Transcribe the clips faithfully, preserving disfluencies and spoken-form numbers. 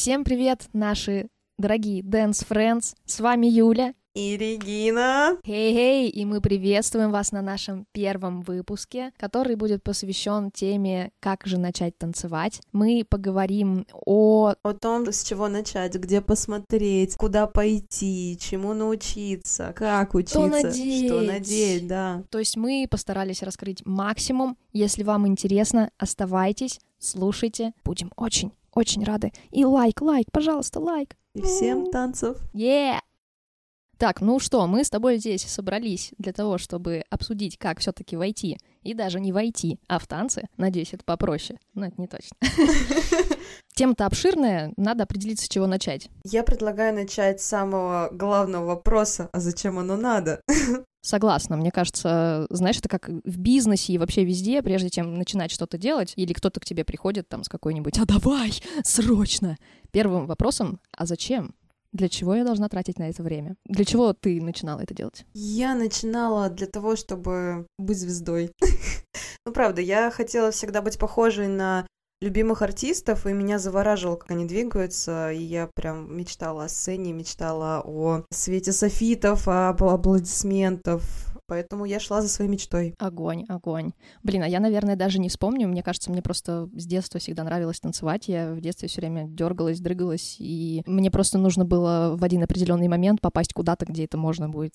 Всем привет, наши дорогие Dance Friends, с вами Юля и Регина. Хей-хей, и мы приветствуем вас на нашем первом выпуске, который будет посвящен теме «Как же начать танцевать?». Мы поговорим о... О том, с чего начать, где посмотреть, куда пойти, чему научиться, как учиться, что надеть. Что надеть, да. То есть мы постарались раскрыть максимум. Если вам интересно, оставайтесь, слушайте. Будем очень, очень рады. И лайк, лайк, пожалуйста, лайк. И всем танцев. Yeah! Так, ну что, мы с тобой здесь собрались для того, чтобы обсудить, как все-таки войти, и даже не войти, а в танцы. Надеюсь, это попроще, но это не точно. Тема-то обширная, надо определиться, с чего начать. Я предлагаю начать с самого главного вопроса, а зачем оно надо? Согласна, мне кажется, знаешь, это как в бизнесе и вообще везде, прежде чем начинать что-то делать, или кто-то к тебе приходит там с какой-нибудь «А давай, срочно!» Первым вопросом «А зачем?» Для чего я должна тратить на это время? Для чего ты начинала это делать? Я начинала для того, чтобы быть звездой. Ну, правда, я хотела всегда быть похожей на любимых артистов, и меня завораживало, как они двигаются, и я прям мечтала о сцене, мечтала о свете софитов, об аплодисментов. Поэтому я шла за своей мечтой. Огонь, огонь. Блин, а я, наверное, даже не вспомню. Мне кажется, мне просто с детства всегда нравилось танцевать. Я в детстве все время дергалась, дрыгалась, и мне просто нужно было в один определенный момент попасть куда-то, где это можно будет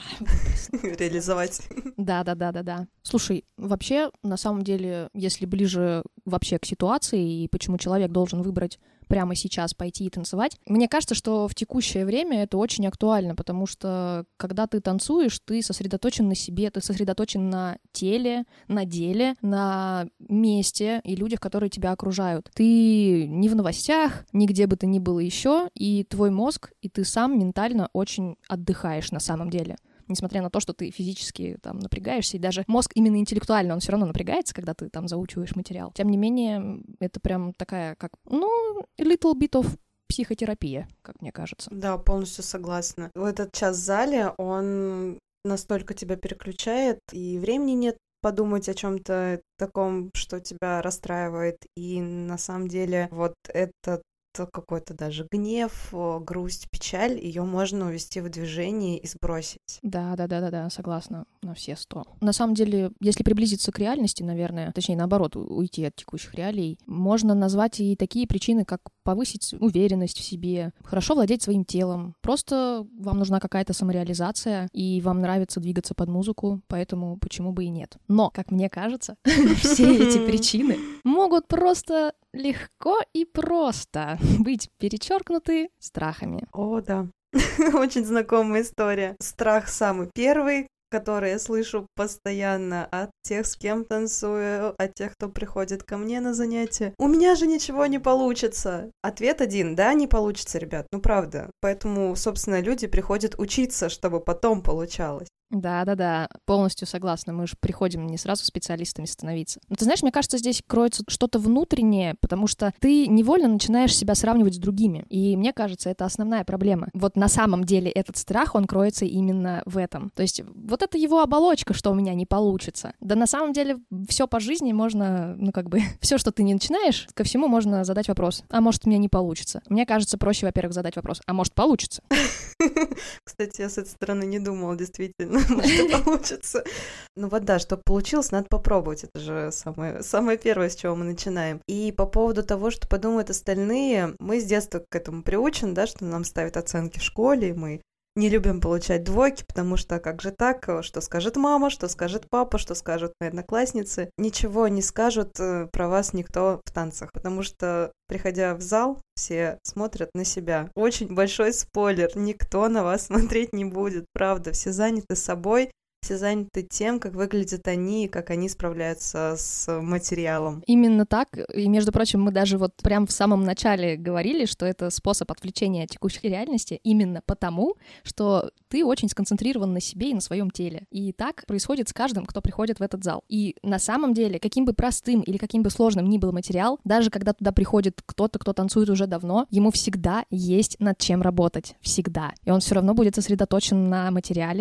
реализовать. Да, да, да, да, да. Слушай, вообще, на самом деле, если ближе вообще к ситуации и почему человек должен выбрать прямо сейчас пойти и танцевать. Мне кажется, что в текущее время это очень актуально, потому что когда ты танцуешь, ты сосредоточен на себе, ты сосредоточен на теле, на деле, на месте и людях, которые тебя окружают. Ты не в новостях, нигде бы ты ни был еще, и твой мозг, и ты сам ментально очень отдыхаешь на самом деле. Несмотря на то, что ты физически там напрягаешься, и даже мозг именно интеллектуально, он все равно напрягается, когда ты там заучиваешь материал. Тем не менее, это прям такая, как, ну, little bit of психотерапия, как мне кажется. Да, полностью согласна. В этот час в зале, он настолько тебя переключает, и времени нет подумать о чем-то таком, что тебя расстраивает, и на самом деле вот этот какой-то даже гнев, грусть, печаль, ее можно увести в движение и сбросить. Да, да, да, да, да, согласна на все сто. На самом деле, если приблизиться к реальности, наверное, точнее, наоборот, уйти от текущих реалий, можно назвать и такие причины, как повысить уверенность в себе, хорошо владеть своим телом. Просто вам нужна какая-то самореализация, и вам нравится двигаться под музыку, поэтому почему бы и нет. Но, как мне кажется, все эти причины могут просто легко и просто быть перечеркнуты страхами. О, да. Очень знакомая история. Страх самый первый, который я слышу постоянно от тех, с кем танцую, от тех, кто приходит ко мне на занятия. У меня же ничего не получится. Ответ один, да, не получится, ребят, ну правда. Поэтому, собственно, люди приходят учиться, чтобы потом получалось. Да-да-да, полностью согласна. Мы же приходим не сразу специалистами становиться. Но ты знаешь, мне кажется, здесь кроется что-то внутреннее, потому что ты невольно начинаешь себя сравнивать с другими. И мне кажется, это основная проблема. Вот на самом деле этот страх, он кроется именно в этом. То есть вот это его оболочка, что у меня не получится. Да на самом деле все по жизни можно, ну как бы, все, что ты не начинаешь, ко всему можно задать вопрос. А может, у меня не получится? Мне кажется, проще, во-первых, задать вопрос. А может, получится? Кстати, я с этой стороны не думала, действительно. Может, получится. Ну вот да, чтобы получилось, надо попробовать. Это же самое, самое первое, с чего мы начинаем. И по поводу того, что подумают остальные, мы с детства к этому приучены, да, что нам ставят оценки в школе, мы не любим получать двойки, потому что как же так, что скажет мама, что скажет папа, что скажут мои одноклассницы. Ничего не скажут про вас никто в танцах, потому что, приходя в зал, все смотрят на себя. Очень большой спойлер, никто на вас смотреть не будет, правда, все заняты собой, все заняты тем, как выглядят они, как они справляются с материалом. Именно так. И, между прочим, мы даже вот прям в самом начале говорили, что это способ отвлечения от текущей реальности именно потому, что ты очень сконцентрирован на себе и на своем теле. И так происходит с каждым, кто приходит в этот зал. И на самом деле, каким бы простым или каким бы сложным ни был материал, даже когда туда приходит кто-то, кто танцует уже давно, ему всегда есть над чем работать. Всегда. И он все равно будет сосредоточен на материале,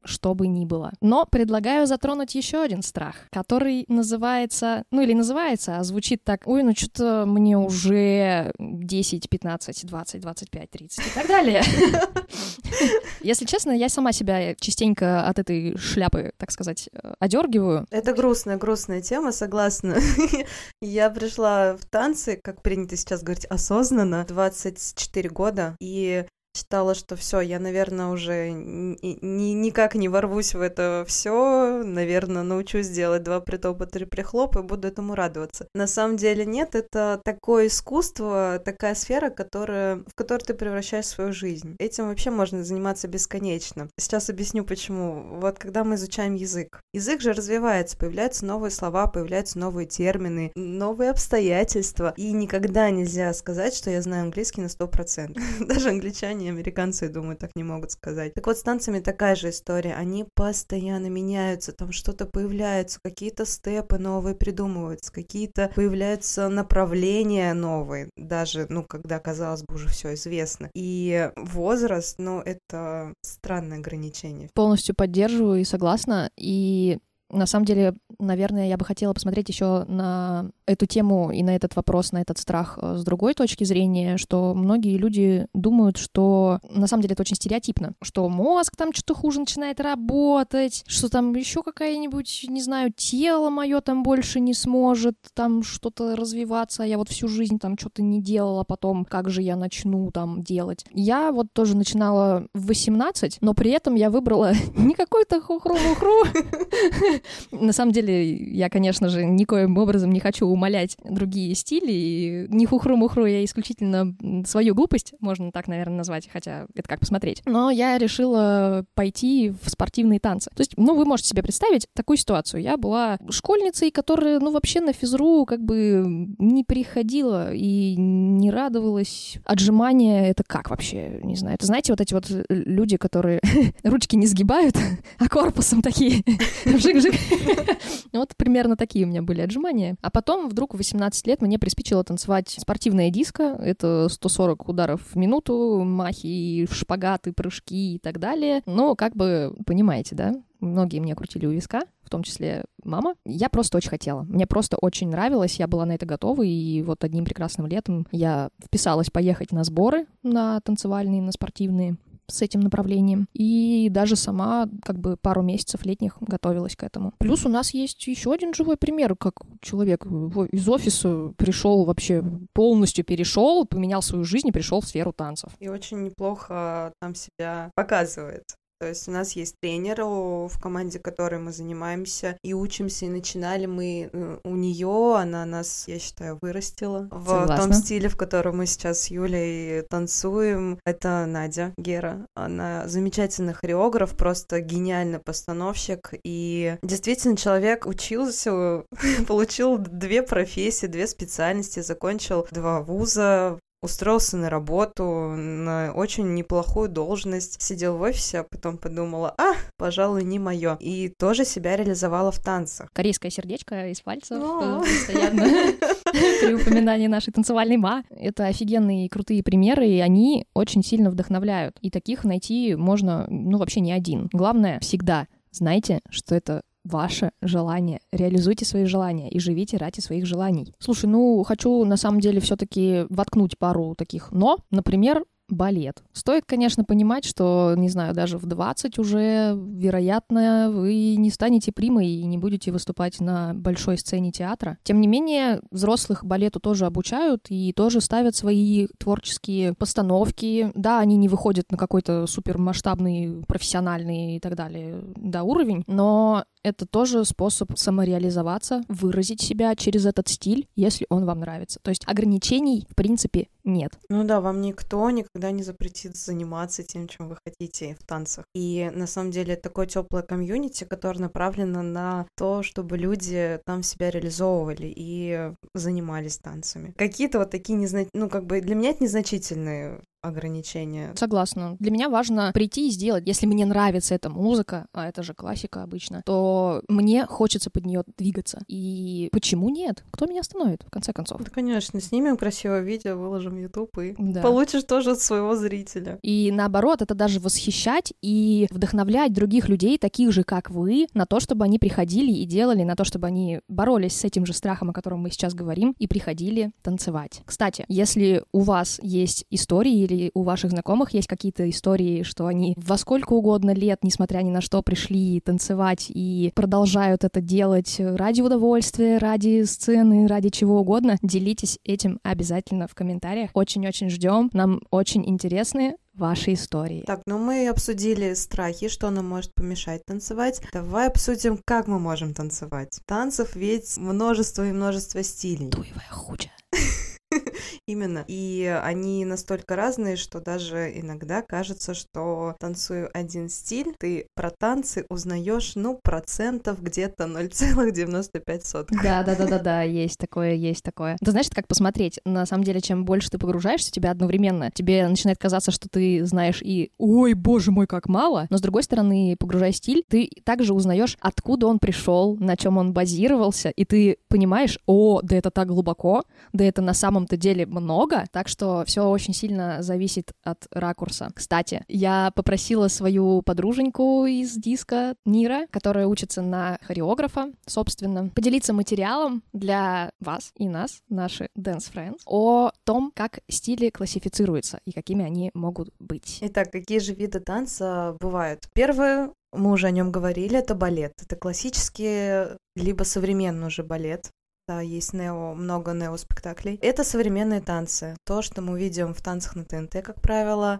что бы ни было. Но предлагаю затронуть еще один страх, который называется, ну или называется, а звучит так: ой, ну что-то мне уже десять, пятнадцать, двадцать, двадцать пять, тридцать и так далее. Если честно, я сама себя частенько от этой шляпы, так сказать, одергиваю. Это грустная, грустная тема, согласна. Я пришла в танцы, как принято сейчас говорить, осознанно, двадцать четыре года, и считала, что все, я, наверное, уже ни, ни, никак не ворвусь в это все, наверное, научусь делать два притопа, три прихлопа и буду этому радоваться. На самом деле нет, это такое искусство, такая сфера, которая, в которой ты превращаешь свою жизнь. Этим вообще можно заниматься бесконечно. Сейчас объясню, почему. Вот когда мы изучаем язык, язык же развивается, появляются новые слова, появляются новые термины, новые обстоятельства, и никогда нельзя сказать, что я знаю английский на сто процентов. Даже англичане, американцы, думаю, так не могут сказать. Так вот, с танцами такая же история. Они постоянно меняются, там что-то появляется, какие-то степы новые придумываются, какие-то появляются направления новые, даже, ну, когда, казалось бы, уже все известно. И возраст, ну, это странное ограничение. Полностью поддерживаю и согласна. И на самом деле, наверное, я бы хотела посмотреть еще на эту тему и на этот вопрос, на этот страх с другой точки зрения, что многие люди думают, что на самом деле это очень стереотипно, что мозг там что-то хуже начинает работать, что там еще какая-нибудь, не знаю, тело мое там больше не сможет там что-то развиваться, а я вот всю жизнь там что-то не делала, потом как же я начну там делать. Я вот тоже начинала в восемнадцать, но при этом я выбрала не какой-то хухру-мухру. На самом деле, я, конечно же, никоим образом не хочу умалять другие стили, и не хухру-мухру, я исключительно свою глупость, можно так, наверное, назвать, хотя это как посмотреть. Но я решила пойти в спортивные танцы. То есть, ну, вы можете себе представить такую ситуацию. Я была школьницей, которая, ну, вообще на физру как бы не приходила и не радовалась. Отжимания — это как вообще? Не знаю. Это, знаете, вот эти вот люди, которые ручки не сгибают, а корпусом такие вжик-вжик. Вот примерно такие у меня были отжимания. А потом вдруг в восемнадцать лет мне приспичило танцевать спортивное диско. Это сто сорок ударов в минуту, махи, шпагаты, прыжки и так далее. Но как бы, понимаете, да? Многие мне крутили у виска, в том числе мама. Я просто очень хотела. Мне просто очень нравилось, я была на это готова, и вот одним прекрасным летом я вписалась поехать на сборы, на танцевальные, на спортивные, с этим направлением. И даже сама как бы пару месяцев летних готовилась к этому. Плюс у нас есть еще один живой пример, как человек из офиса пришел вообще, полностью перешел, поменял свою жизнь и пришел в сферу танцев. И очень неплохо там себя показывает. То есть у нас есть тренер в команде, которой мы занимаемся и учимся, и начинали мы у нее, она нас, я считаю, вырастила в Согласна. том стиле, в котором мы сейчас с Юлей танцуем. Это Надя Гера. Она замечательный хореограф, просто гениальный постановщик. И действительно человек учился, получил две профессии, две специальности, закончил два вуза, устроился на работу, на очень неплохую должность, сидел в офисе, а потом подумала, а, пожалуй, не мое. И тоже себя реализовала в танцах. Корейское сердечко из пальцев постоянно при упоминании нашей танцевальной ма. Это офигенные и крутые примеры, и они очень сильно вдохновляют. И таких найти можно, ну, вообще не один. Главное, всегда знайте, что это ваше желание. Реализуйте свои желания и живите ради своих желаний. Слушай, ну, хочу на самом деле все-таки воткнуть пару таких «но». Например, балет. Стоит, конечно, понимать, что, не знаю, даже в двадцать уже, вероятно, вы не станете примой и не будете выступать на большой сцене театра. Тем не менее, взрослых балету тоже обучают и тоже ставят свои творческие постановки. Да, они не выходят на какой-то супермасштабный, профессиональный и так далее, да, уровень, но это тоже способ самореализоваться, выразить себя через этот стиль, если он вам нравится. То есть ограничений, в принципе, нет. Ну да, вам никто никогда не запретит заниматься тем, чем вы хотите в танцах. И на самом деле это такое теплое комьюнити, которое направлено на то, чтобы люди там себя реализовывали и занимались танцами. Какие-то вот такие незна... ну как бы для меня это незначительные ограничения. Согласна. Для меня важно прийти и сделать. Если мне нравится эта музыка, а это же классика обычно, то мне хочется под нее двигаться. И почему нет? Кто меня остановит, в конце концов? Да, конечно, снимем красивое видео, выложим в YouTube и да. получишь тоже от своего зрителя. И наоборот, это даже восхищать и вдохновлять других людей, таких же, как вы, на то, чтобы они приходили и делали, на то, чтобы они боролись с этим же страхом, о котором мы сейчас говорим, и приходили танцевать. Кстати, если у вас есть истории или у ваших знакомых есть какие-то истории, что они во сколько угодно лет, несмотря ни на что, пришли танцевать и продолжают это делать ради удовольствия, ради сцены, ради чего угодно, делитесь этим обязательно в комментариях. Очень-очень ждем. Нам очень интересны ваши истории. Так, ну мы обсудили страхи, что нам может помешать танцевать. Давай обсудим, как мы можем танцевать. Танцев ведь множество и множество стилей. Туевая хуча. Именно. И они настолько разные, что даже иногда кажется, что танцую один стиль, ты про танцы узнаешь, ну, процентов где-то ноль целых девяносто пять сотых. Да, да, да, да, да, есть такое, есть такое. Ты знаешь, это как посмотреть. На самом деле, чем больше ты погружаешься, тебя одновременно, тебе начинает казаться, что ты знаешь и ой, боже мой, как мало. Но с другой стороны, погружая стиль, ты также узнаешь, откуда он пришел, на чем он базировался, и ты понимаешь, о, да это так глубоко, да это на самом-то деле много, так что все очень сильно зависит от ракурса. Кстати, я попросила свою подруженьку из диска Нира, которая учится на хореографа, собственно, поделиться материалом для вас и нас, наши Dance Friends, о том, как стили классифицируются и какими они могут быть. Итак, какие же виды танца бывают? Первое, мы уже о нем говорили, это балет. Это классический, либо современный уже балет. Да, есть нео, много нео-спектаклей. Это современные танцы. То, что мы видим в танцах на ТНТ, как правило,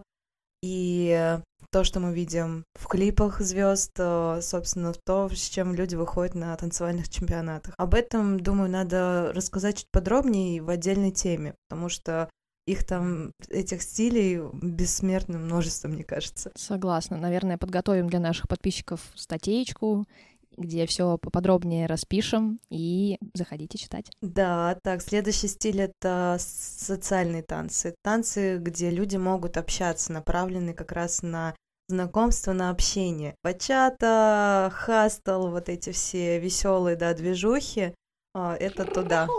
и то, что мы видим в клипах звезд, собственно, то, с чем люди выходят на танцевальных чемпионатах. Об этом, думаю, надо рассказать чуть подробнее в отдельной теме, потому что их там, этих стилей, бессмертное множество, мне кажется. Согласна. Наверное, подготовим для наших подписчиков статейку, где все поподробнее распишем, и заходите читать. Да, так, следующий стиль — это социальные танцы. Танцы, где люди могут общаться, направленные как раз на знакомство, на общение. Бачата, хастл, вот эти все веселые, да, движухи, это туда.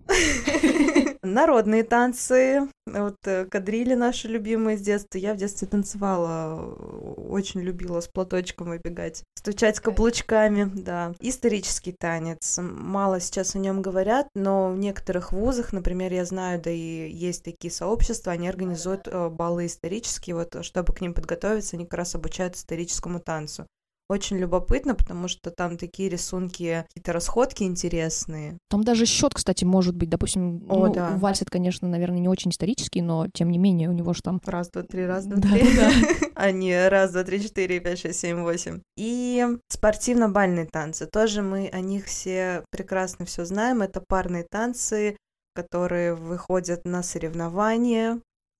Народные танцы, вот кадрили наши любимые с детства. Я в детстве танцевала, очень любила с платочком выбегать, стучать каблучками, да. Исторический танец, мало сейчас о нем говорят, но в некоторых вузах, например, я знаю, да и есть такие сообщества, они организуют балы исторические, вот чтобы к ним подготовиться, они как раз обучают историческому танцу. Очень любопытно, потому что там такие рисунки, какие-то расходки интересные. Там даже счет, кстати, может быть, допустим, О, ну, да. вальс, это, конечно, наверное, не очень исторический, но тем не менее у него же там... Раз, два, три, раз, два, Да, три. да. А не раз, два, три, четыре, пять, шесть, семь, восемь. И спортивно-бальные танцы. Тоже мы о них все прекрасно все знаем. Это парные танцы, которые выходят на соревнования.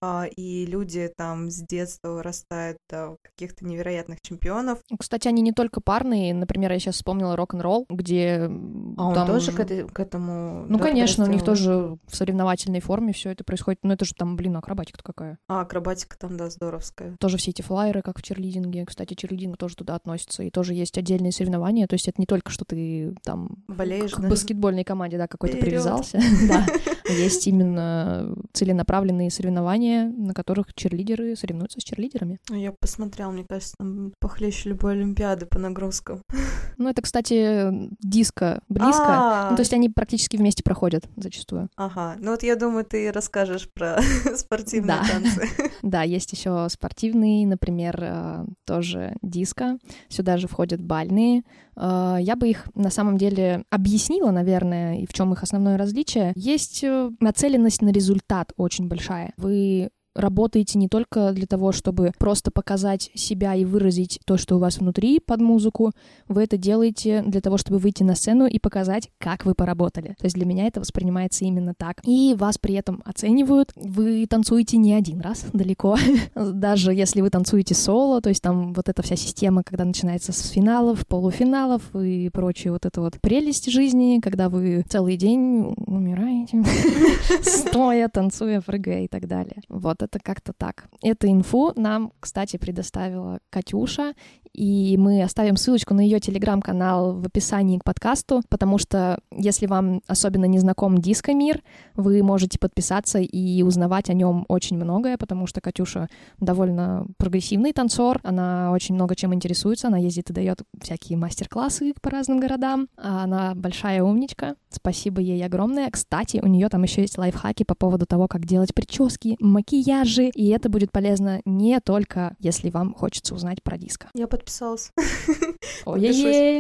И люди там с детства вырастают до каких-то невероятных чемпионов. Кстати, они не только парные. Например, я сейчас вспомнила рок-н-ролл, где... А он там... тоже к, это, к этому... Ну, конечно, у них тоже в соревновательной форме все это происходит. Но это же там, блин, акробатика-то какая. А, акробатика там, да, здоровская. Тоже все эти флайеры, как в черлидинге. Кстати, черлидинг тоже туда относится. И тоже есть отдельные соревнования. То есть это не только, что ты там... Болеешь, к да? баскетбольной команде, да, какой-то Вперёд. привязался. Да. Есть именно целенаправленные соревнования, на которых черлидеры соревнуются с черлидерами. Я посмотрела, мне кажется, там похлеще любой олимпиады по нагрузкам. Ну, это, кстати, диско близко. А. Ну, то есть они практически вместе проходят зачастую. Ага, ну вот я думаю, ты расскажешь про спортивные Да. танцы. Да, есть еще спортивные, например, тоже диско. Сюда же входят бальные. Я бы их на самом деле объяснила, наверное, и в чем их основное различие. Есть нацеленность на результат очень большая. Вы работаете не только для того, чтобы просто показать себя и выразить то, что у вас внутри под музыку, вы это делаете для того, чтобы выйти на сцену и показать, как вы поработали. То есть для меня это воспринимается именно так. И вас при этом оценивают. Вы танцуете не один раз далеко, даже если вы танцуете соло, то есть там вот эта вся система, когда начинается с финалов, полуфиналов и прочие вот это вот прелесть жизни, когда вы целый день умираете, стоя, танцуя, прыгая и так далее. Вот. это как-то так. Эту инфу нам, кстати, предоставила Катюша, и мы оставим ссылочку на ее телеграм-канал в описании к подкасту, потому что, если вам особенно не знаком диско-мир, вы можете подписаться и узнавать о нем очень многое, потому что Катюша довольно прогрессивный танцор, она очень много чем интересуется, она ездит и дает всякие мастер-классы по разным городам, она большая умничка, спасибо ей огромное. Кстати, у нее там еще есть лайфхаки по поводу того, как делать прически, макияжи, и это будет полезно не только, если вам хочется узнать про диско. Я подписалась. Ой-е-е!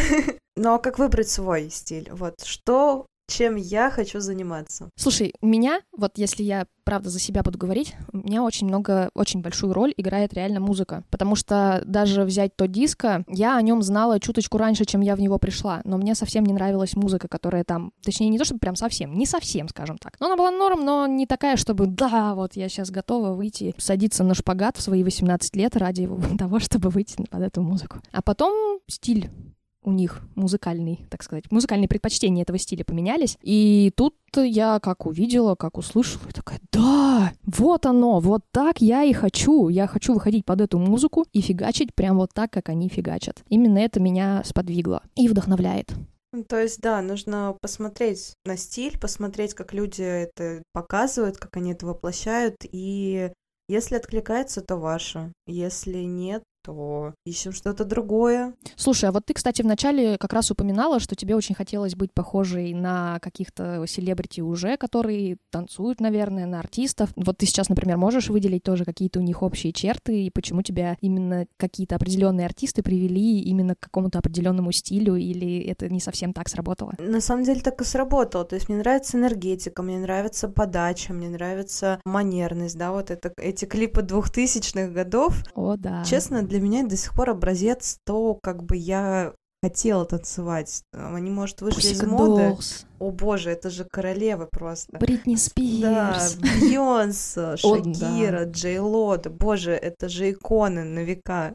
Ну а как выбрать свой стиль? Вот что, чем я хочу заниматься? Слушай, у меня, вот если я, правда, за себя буду говорить, у меня очень много, очень большую роль играет реально музыка, потому что даже взять то диско, я о нем знала чуточку раньше, чем я в него пришла, но мне совсем не нравилась музыка, которая там, точнее, не то чтобы прям совсем, не совсем, скажем так, но она была норм, но не такая, чтобы, да, вот я сейчас готова выйти, садиться на шпагат в свои восемнадцать лет ради того, чтобы выйти под эту музыку. А потом стиль у них музыкальный, так сказать, музыкальные предпочтения этого стиля поменялись, и тут я как увидела, как услышала, и такая, да, вот оно, вот так я и хочу, я хочу выходить под эту музыку и фигачить прям вот так, как они фигачат. Именно это меня сподвигло и вдохновляет. То есть, да, нужно посмотреть на стиль, посмотреть, как люди это показывают, как они это воплощают, и если откликается, то ваше, если нет, то ищем что-то другое. Слушай, а вот ты, кстати, вначале как раз упоминала, что тебе очень хотелось быть похожей на каких-то селебрити уже, которые танцуют, наверное, на артистов. Вот ты сейчас, например, можешь выделить тоже какие-то у них общие черты, и почему тебя именно какие-то определенные артисты привели именно к какому-то определенному стилю, или это не совсем так сработало? На самом деле так и сработало. То есть мне нравится энергетика, мне нравится подача, мне нравится манерность, да, вот это, эти клипы двухтысячных годов. О, да. Честно, для меня это до сих пор образец то, как бы я хотела танцевать. Они, может, вышли из моды. Dolls. О боже, это же королевы просто. Бритни Спирс. Да, Бейонсе, Шакира, О, да. Джей Ло. Да, боже, это же иконы на века.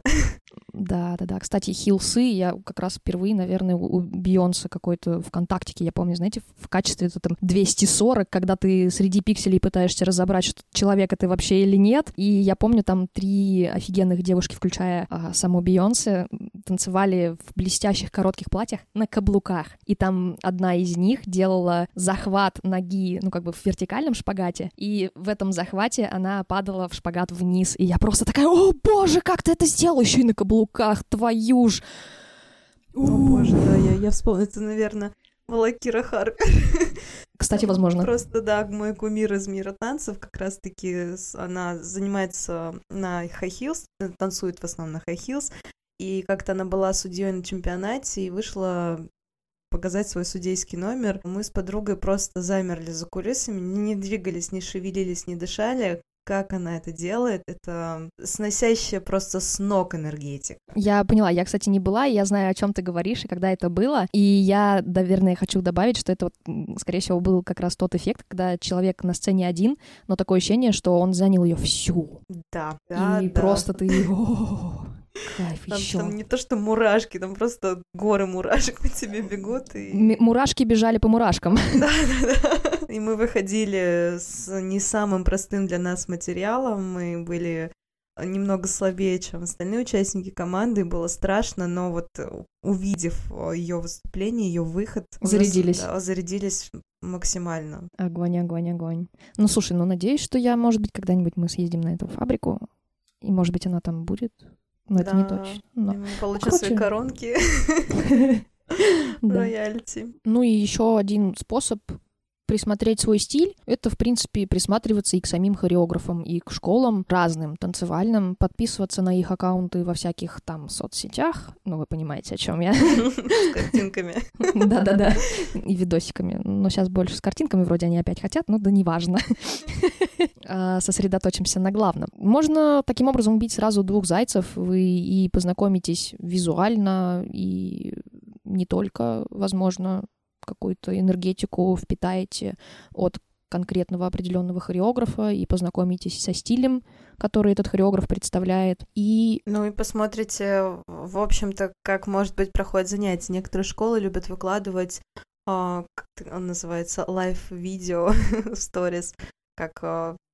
Да, да, да. Кстати, хилсы я как раз впервые, наверное, у Бейонсе какой-то ВКонтактике, я помню, знаете, в качестве это, там двести сорок, когда ты среди пикселей пытаешься разобрать, что человек это вообще или нет. И я помню, там три офигенных девушки, включая а, саму Бейонсе, танцевали в блестящих коротких платьях на каблуках. И там одна из них делала захват ноги, ну, как бы в вертикальном шпагате, и в этом захвате она падала в шпагат вниз. И я просто такая, о боже, как ты это сделала? Еще и на каблуках, твою ж. О боже, да, я, я вспомнила, это, наверное, Малакира Харпер. Кстати, возможно. Просто, да, мой кумир из мира танцев, как раз-таки она занимается на high heels, танцует в основном на high heels, и как-то она была судьей на чемпионате и вышла показать свой судейский номер. Мы с подругой просто замерли за кулисами, не двигались, не шевелились, не дышали. Как она это делает, это сносящая просто с ног энергетик. Я поняла, я, кстати, не была, и я знаю, о чем ты говоришь, и когда это было. И я, наверное, хочу добавить, что это, вот, скорее всего, был как раз тот эффект, когда человек на сцене один, но такое ощущение, что он занял ее всю. Да, да, И да. просто ты... Кайф Там, еще. там не то, что мурашки, там просто горы мурашек по тебе бегут. И... М- мурашки бежали по мурашкам. Да, да, да. И мы выходили с не самым простым для нас материалом. Мы были немного слабее, чем остальные участники команды. Было страшно, но вот увидев ее выступление, ее выход... Зарядились. Да, зарядились максимально. Огонь, огонь, огонь. Ну, слушай, ну, надеюсь, что я, может быть, когда-нибудь мы съездим на эту фабрику, и, может быть, она там будет. Но это не точно. Но... Мы получим Короче... свои коронки. Рояльти. Ну и еще один способ присмотреть свой стиль — это, в принципе, присматриваться и к самим хореографам, и к школам разным танцевальным, подписываться на их аккаунты во всяких там соцсетях, ну, вы понимаете, о чем я. С картинками. Да-да-да, и видосиками. Но сейчас больше с картинками вроде они опять хотят, но да неважно. Сосредоточимся на главном. Можно таким образом убить сразу двух зайцев, вы и познакомитесь визуально, и не только, возможно, какую-то энергетику впитаете от конкретного определенного хореографа и познакомитесь со стилем, который этот хореограф представляет. И... Ну и посмотрите, в общем-то, как, может быть, проходят занятия. Некоторые школы любят выкладывать, а, как он называется, лайв-видео в сторис, как а,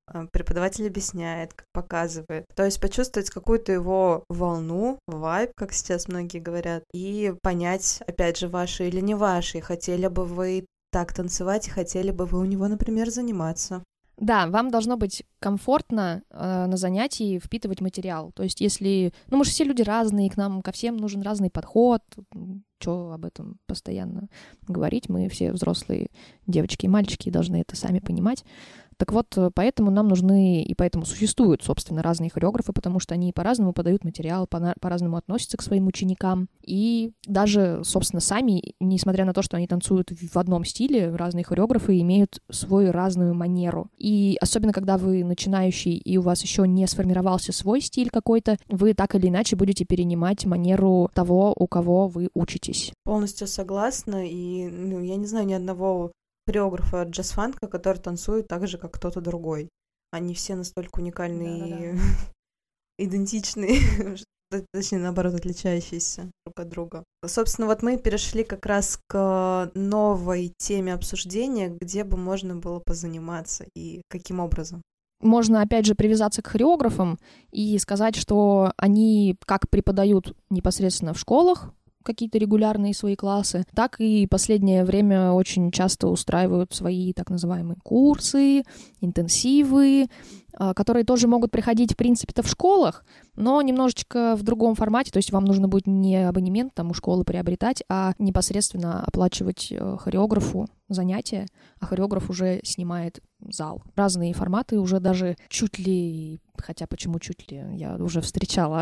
преподаватель объясняет, как показывает. То есть почувствовать какую-то его волну, вайб, как сейчас многие говорят, и понять, опять же, ваши или не ваши, хотели бы вы так танцевать, хотели бы вы у него, например, заниматься. Да, вам должно быть комфортно э, на занятии впитывать материал. То есть если... Ну, мы же все люди разные, к нам ко всем нужен разный подход. Чё об этом постоянно говорить? Мы все взрослые девочки и мальчики должны это сами понимать. Так вот, поэтому нам нужны, и поэтому существуют, собственно, разные хореографы, потому что они по-разному подают материал, по- по-разному относятся к своим ученикам. И даже, собственно, сами, несмотря на то, что они танцуют в одном стиле, разные хореографы имеют свою разную манеру. И особенно, когда вы начинающий, и у вас еще не сформировался свой стиль какой-то, вы так или иначе будете перенимать манеру того, у кого вы учитесь. Полностью согласна, и ну, я не знаю ни одного хореографа джаз-фанка, который танцует так же, как кто-то другой. Они все настолько уникальные и идентичные, точнее, наоборот, отличающиеся друг от друга. Собственно, вот мы перешли как раз к новой теме обсуждения, где бы можно было позаниматься и каким образом. Можно, опять же, привязаться к хореографам и сказать, что они как преподают непосредственно в школах, какие-то регулярные свои классы, так и последнее время очень часто устраивают свои так называемые курсы, интенсивы, которые тоже могут приходить, в принципе-то, в школах, но немножечко в другом формате, то есть вам нужно будет не абонемент там у школы приобретать, а непосредственно оплачивать хореографу занятия, а хореограф уже снимает зал. Разные форматы, уже даже чуть ли, хотя почему чуть ли, я уже встречала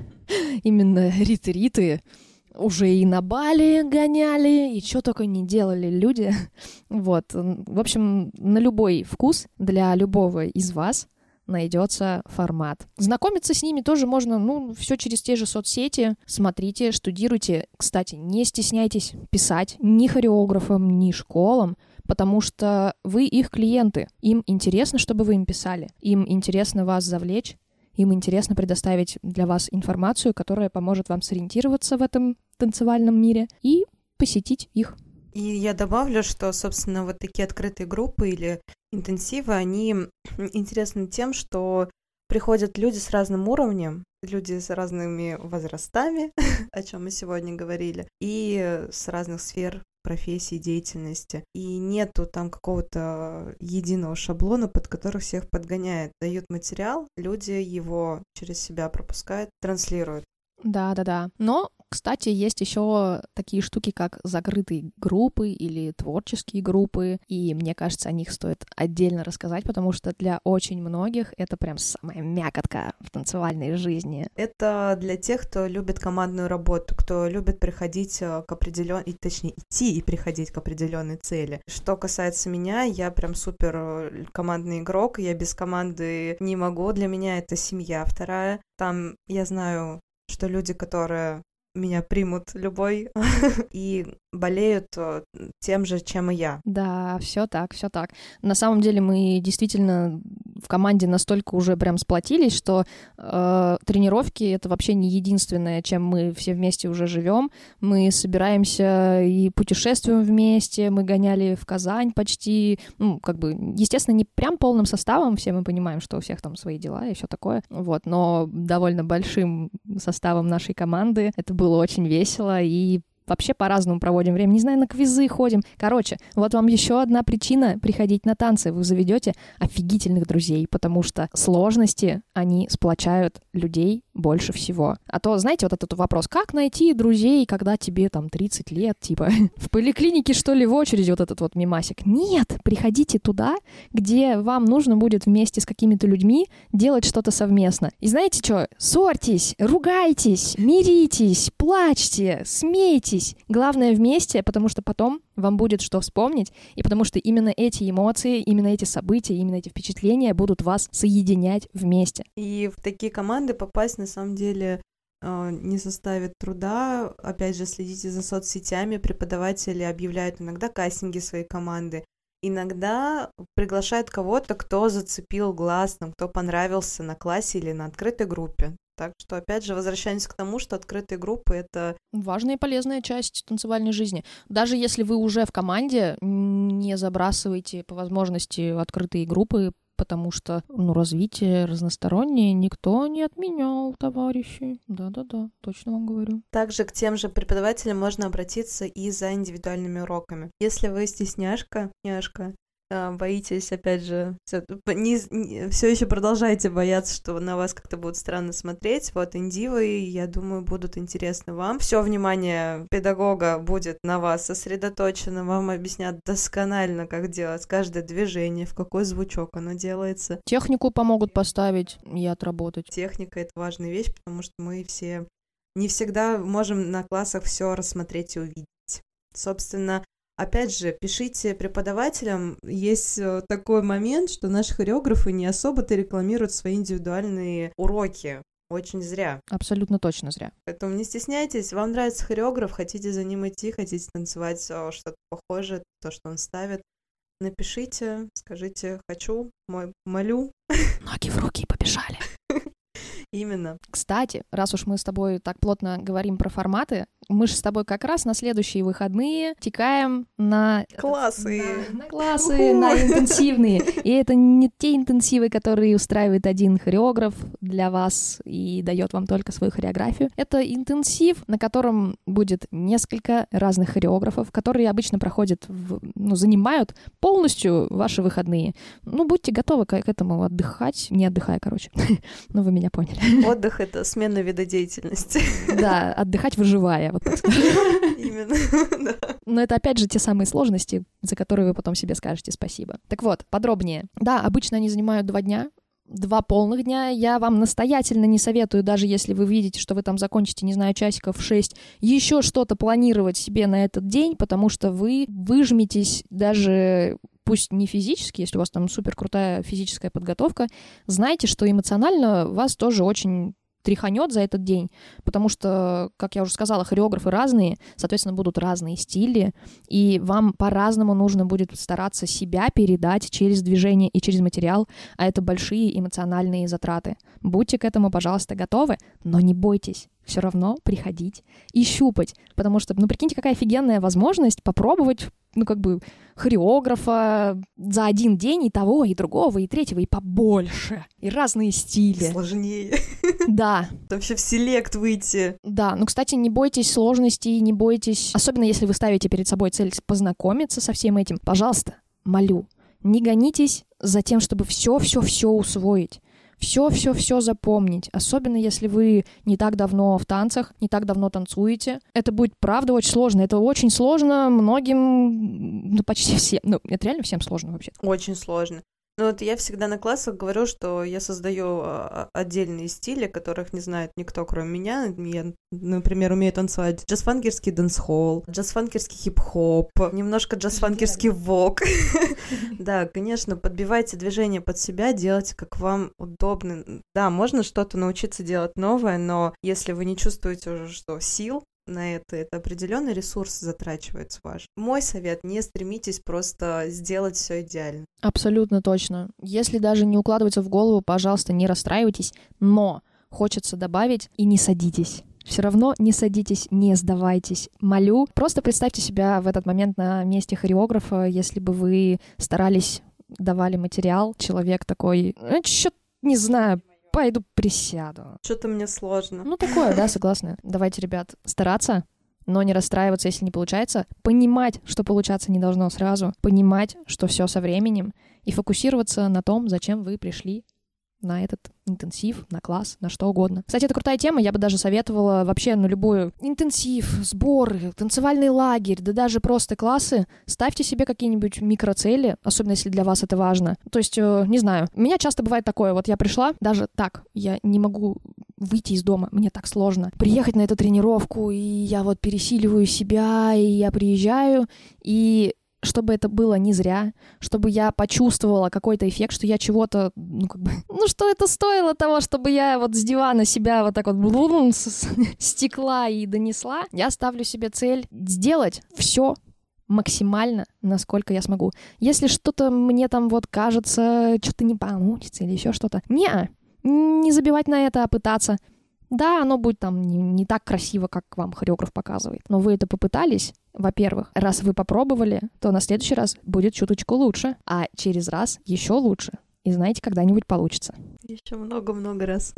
именно риты-риты, уже и на Бали гоняли, и что только не делали люди. Вот. В общем, на любой вкус для любого из вас найдется формат. Знакомиться с ними тоже можно, ну, все через те же соцсети. Смотрите, штудируйте. Кстати, не стесняйтесь писать ни хореографам, ни школам, потому что вы их клиенты. Им интересно, чтобы вы им писали. Им интересно вас завлечь. Им интересно предоставить для вас информацию, которая поможет вам сориентироваться в этом танцевальном мире и посетить их. И я добавлю, что, собственно, вот такие открытые группы или интенсивы, они интересны тем, что приходят люди с разным уровнем, люди с разными возрастами, о чем мы сегодня говорили, и с разных сфер профессии, деятельности. И нету там какого-то единого шаблона, под который всех подгоняет. Дают материал, люди его через себя пропускают, транслируют. Да-да-да. Но, кстати, есть еще такие штуки, как закрытые группы или творческие группы, и мне кажется, о них стоит отдельно рассказать, потому что для очень многих это прям самая мякотка в танцевальной жизни. Это для тех, кто любит командную работу, кто любит приходить к определенной, точнее, идти и приходить к определенной цели. Что касается меня, я прям супер командный игрок, я без команды не могу, для меня это семья вторая. Там я знаю, что люди, которые меня примут любой и болеют тем же, чем и я. Да, все так, все так. На самом деле мы действительно в команде настолько уже прям сплотились, что э, тренировки — это вообще не единственное, чем мы все вместе уже живем. Мы собираемся и путешествуем вместе, мы гоняли в Казань почти, ну, как бы, естественно, не прям полным составом, все мы понимаем, что у всех там свои дела и все такое, вот, но довольно большим составом нашей команды. Это было очень весело, и вообще по-разному проводим время. Не знаю, на квизы ходим. Короче, вот вам еще одна причина приходить на танцы. Вы заведете офигительных друзей, потому что сложности, они сплочают людей больше всего. А то, знаете, вот этот вопрос, как найти друзей, когда тебе там тридцать лет, типа, в поликлинике, что ли, в очереди, вот этот вот мемасик. Нет, приходите туда, где вам нужно будет вместе с какими-то людьми делать что-то совместно. И знаете что? Ссорьтесь, ругайтесь, миритесь, плачьте, смейтесь. Главное вместе, потому что потом вам будет что вспомнить, и потому что именно эти эмоции, именно эти события, именно эти впечатления будут вас соединять вместе. И в такие команды попасть на самом деле не составит труда. Опять же, следите за соцсетями, преподаватели объявляют иногда кастинги своей команды, иногда приглашают кого-то, кто зацепил глаз, там, кто понравился на классе или на открытой группе. Так что, опять же, возвращаемся к тому, что открытые группы — это важная и полезная часть танцевальной жизни. Даже если вы уже в команде, не забрасывайте по возможности открытые группы, потому что, ну, развитие разностороннее никто не отменял, товарищи. Да-да-да, точно вам говорю. Также к тем же преподавателям можно обратиться и за индивидуальными уроками. Если вы стесняшка, няшка, боитесь, опять же, все, не, не, все еще продолжаете бояться, что на вас как-то будут странно смотреть. Вот индивы, я думаю, будут интересны вам. Все внимание педагога будет на вас сосредоточено, вам объяснят досконально, как делать каждое движение, в какой звучок оно делается. Технику помогут поставить и отработать. Техника — это важная вещь, потому что мы все не всегда можем на классах все рассмотреть и увидеть. Собственно, опять же, пишите преподавателям. Есть такой момент, что наши хореографы не особо-то рекламируют свои индивидуальные уроки. Очень зря. Абсолютно точно зря. Поэтому не стесняйтесь. Вам нравится хореограф, хотите за ним идти, хотите танцевать что-то похожее, то, что он ставит. Напишите, скажите «хочу», мой, «молю». Ноги в руки и побежали. Именно. Кстати, раз уж мы с тобой так плотно говорим про форматы, мы же с тобой как раз на следующие выходные текаем на... Классы! На, на классы, на интенсивные. И это не те интенсивы, которые устраивает один хореограф для вас и дает вам только свою хореографию. Это интенсив, на котором будет несколько разных хореографов, которые обычно проходят, в, ну, занимают полностью ваши выходные. Ну, будьте готовы к, к этому отдыхать. Не отдыхая, короче. Ну, вы меня поняли. Отдых — это смена вида деятельности. Да, отдыхать выживая, вот так скажем. Именно, да. Но это, опять же, те самые сложности, за которые вы потом себе скажете спасибо. Так вот, подробнее. Да, обычно они занимают два дня, два полных дня. Я вам настоятельно не советую, даже если вы видите, что вы там закончите, не знаю, часиков в шесть, еще что-то планировать себе на этот день, потому что вы выжметесь даже... Пусть не физически, если у вас там супер крутая физическая подготовка, знайте, что эмоционально вас тоже очень тряханет за этот день, потому что, как я уже сказала, хореографы разные, соответственно, будут разные стили, и вам по-разному нужно будет стараться себя передать через движение и через материал, а это большие эмоциональные затраты. Будьте к этому, пожалуйста, готовы, но не бойтесь. Все равно приходить и щупать, потому что, ну, прикиньте, какая офигенная возможность попробовать, ну, как бы, хореографа за один день и того, и другого, и третьего, и побольше, и разные стили. Сложнее. Да. Там вообще в селект выйти. Да, ну, кстати, не бойтесь сложностей, не бойтесь, особенно если вы ставите перед собой цель познакомиться со всем этим, пожалуйста, молю, не гонитесь за тем, чтобы все-все-все усвоить. Все-все-все запомнить, особенно если вы не так давно в танцах, не так давно танцуете. Это будет, правда, очень сложно. Это очень сложно многим, ну, почти всем. Ну, это реально всем сложно вообще. Очень сложно. Ну вот я всегда на классах говорю, что я создаю отдельные стили, которых не знает никто, кроме меня. Я, например, умею танцевать джаз-фанкерский дэнс-холл, джаз-фанкерский хип-хоп, немножко джаз-фанкерский вок. Да, конечно, подбивайте движение под себя, делайте, как вам удобно. Да, можно что-то научиться делать новое, но если вы не чувствуете уже, что сил на это, это определенный ресурс затрачивается ваш. Мой совет: не стремитесь просто сделать все идеально. Абсолютно точно. Если даже не укладывается в голову, пожалуйста, не расстраивайтесь, но хочется добавить: и не садитесь. Все равно не садитесь, не сдавайтесь. Молю, просто представьте себя в этот момент на месте хореографа, если бы вы старались, давали материал, человек такой, э, чё-то не знаю, пойду присяду. Что-то мне сложно. Ну, такое, да, согласна. Давайте, ребят, стараться, но не расстраиваться, если не получается. Понимать, что получаться не должно сразу. Понимать, что все со временем. И фокусироваться на том, зачем вы пришли на этот интенсив, на класс, на что угодно. Кстати, это крутая тема, я бы даже советовала вообще на любую интенсив, сборы, танцевальный лагерь, да даже просто классы. Ставьте себе какие-нибудь микроцели, особенно если для вас это важно. То есть, э, не знаю, у меня часто бывает такое, вот я пришла, даже так, я не могу выйти из дома, мне так сложно. Приехать на эту тренировку, и я вот пересиливаю себя, и я приезжаю, и чтобы это было не зря, чтобы я почувствовала какой-то эффект, что я чего-то, ну, как бы, ну, что это стоило того, чтобы я вот с дивана себя вот так вот блум, с стекла и донесла, я ставлю себе цель сделать все максимально, насколько я смогу. Если что-то мне там вот кажется, что-то не получится или еще что-то, не, не забивать на это, а пытаться. Да, оно будет там не, не так красиво, как вам хореограф показывает, но вы это попытались. Во-первых, раз вы попробовали, то на следующий раз будет чуточку лучше, а через раз еще лучше. и знаете, когда-нибудь получится. Еще много-много раз.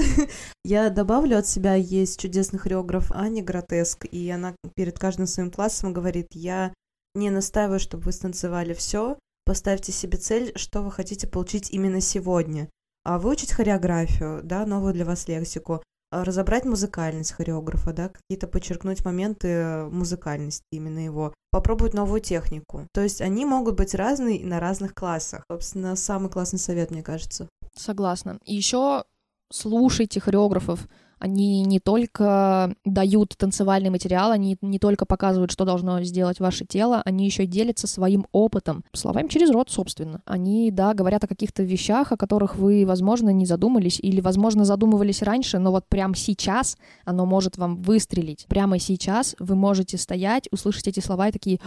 Я добавлю от себя, есть чудесный хореограф Аня Гротеск, и она перед каждым своим классом говорит: я не настаиваю, чтобы вы станцевали все, поставьте себе цель, что вы хотите получить именно сегодня. А выучить хореографию, да, новую для вас лексику, разобрать музыкальность хореографа, да, какие-то подчеркнуть моменты музыкальности именно его, попробовать новую технику. То есть они могут быть разные на разных классах. Собственно, самый классный совет, мне кажется. Согласна. И еще слушайте хореографов. Они не только дают танцевальный материал, они не только показывают, что должно сделать ваше тело, они еще делятся своим опытом, словами через рот, собственно. Они, да, говорят о каких-то вещах, о которых вы, возможно, не задумались, или, возможно, задумывались раньше, но вот прямо сейчас оно может вам выстрелить. Прямо сейчас вы можете стоять, услышать эти слова и такие: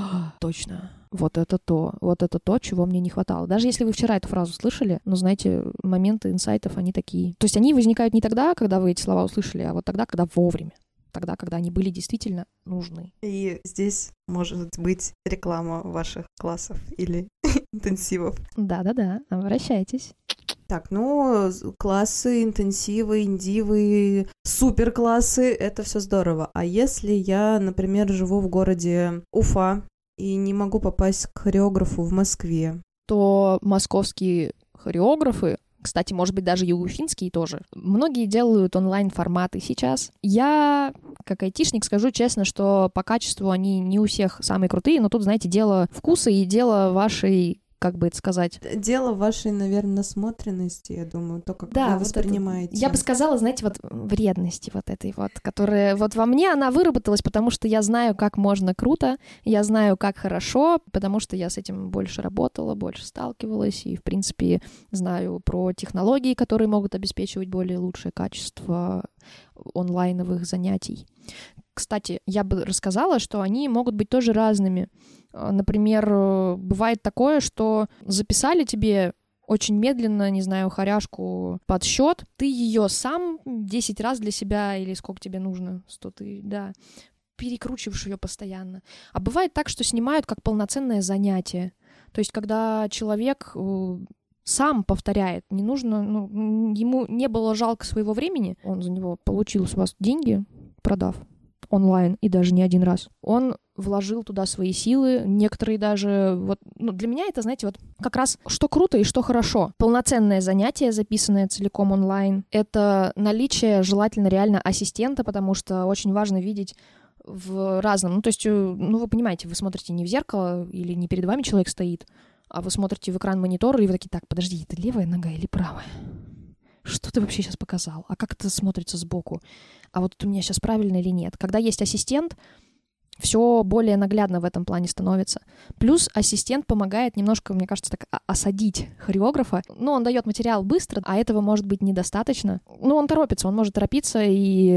точно. Вот это то, вот это то, чего мне не хватало. Даже если вы вчера эту фразу слышали, но, знаете, моменты инсайтов, они такие. То есть они возникают не тогда, когда вы эти слова услышали, а вот тогда, когда вовремя. Тогда, когда они были действительно нужны. И здесь может быть реклама ваших классов или интенсивов. Да-да-да, обращайтесь. Так, ну, классы, интенсивы, индивы, суперклассы — это все здорово. А если я, например, живу в городе Уфа, и не могу попасть к хореографу в Москве, то московские хореографы, кстати, может быть, даже и уфимские тоже, многие делают онлайн-форматы сейчас. Я, как айтишник, скажу честно, что по качеству они не у всех самые крутые, но тут, знаете, дело вкуса и дело вашей, как бы это сказать... Дело вашей, наверное, насмотренности, я думаю, то, как да, вы вот воспринимаете. Это, я бы сказала, знаете, вот вредности вот этой вот, которая вот во мне, она выработалась, потому что я знаю, как можно круто, я знаю, как хорошо, потому что я с этим больше работала, больше сталкивалась, и, в принципе, знаю про технологии, которые могут обеспечивать более лучшее качество онлайновых занятий. Кстати, я бы рассказала, что они могут быть тоже разными. Например, бывает такое, что записали тебе очень медленно, не знаю, хоряшку под счет, ты ее сам десять раз для себя, или сколько тебе нужно, сто ты, да, перекручиваешь ее постоянно. А бывает так, что снимают как полноценное занятие. То есть, когда человек сам повторяет, не нужно, ну, ему не было жалко своего времени, он за него получил с вас деньги, продав онлайн, и даже не один раз. Он вложил туда свои силы, некоторые даже... Вот, ну, для меня это, знаете, вот как раз что круто и что хорошо. Полноценное занятие, записанное целиком онлайн, это наличие желательно реально ассистента, потому что очень важно видеть в разном... Ну, то есть, ну, вы понимаете, вы смотрите не в зеркало или не перед вами человек стоит, а вы смотрите в экран монитора, и вы такие: так, подожди, это левая нога или правая? Что ты вообще сейчас показал? А как это смотрится сбоку? А вот это у меня сейчас правильно или нет? Когда есть ассистент, все более наглядно в этом плане становится. Плюс ассистент помогает немножко, мне кажется, так осадить хореографа. Ну, он дает материал быстро, а этого может быть недостаточно. Ну, он торопится, он может торопиться и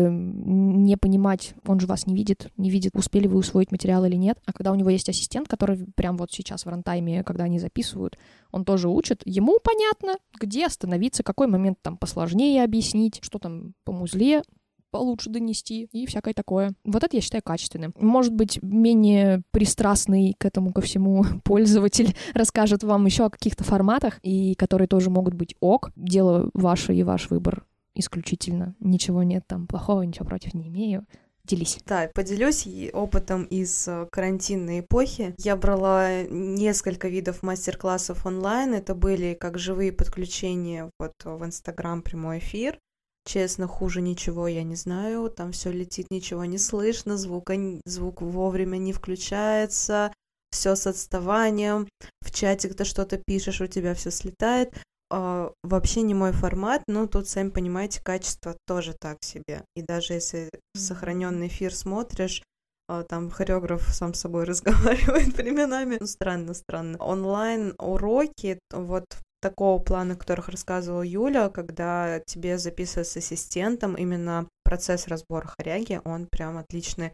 не понимать, он же вас не видит, не видит, успели вы усвоить материал или нет. А когда у него есть ассистент, который прям вот сейчас в рантайме, когда они записывают, он тоже учит, ему понятно, где остановиться, какой момент там посложнее объяснить, что там по музле получше донести и всякое такое. Вот это я считаю качественным. Может быть, менее пристрастный к этому ко всему пользователь расскажет вам еще о каких-то форматах, и которые тоже могут быть ок. Дело ваше и ваш выбор исключительно. Ничего нет там плохого, ничего против не имею. Делись. Да, поделюсь опытом из карантинной эпохи. Я брала несколько видов мастер-классов онлайн. Это были как живые подключения вот в Инстаграм, прямой эфир. Честно, хуже ничего я не знаю, там все летит, ничего не слышно, звука, звук вовремя не включается, все с отставанием, в чате ты что-то пишешь, у тебя все слетает. А, вообще не мой формат, но тут, сами понимаете, качество тоже так себе. И даже если сохраненный эфир смотришь, а, там хореограф сам с собой разговаривает временами. Ну, странно, странно. Онлайн-уроки, вот такого плана, о которых рассказывала Юля, когда тебе записывают с ассистентом, именно процесс разбора хоряги, он прям отличный.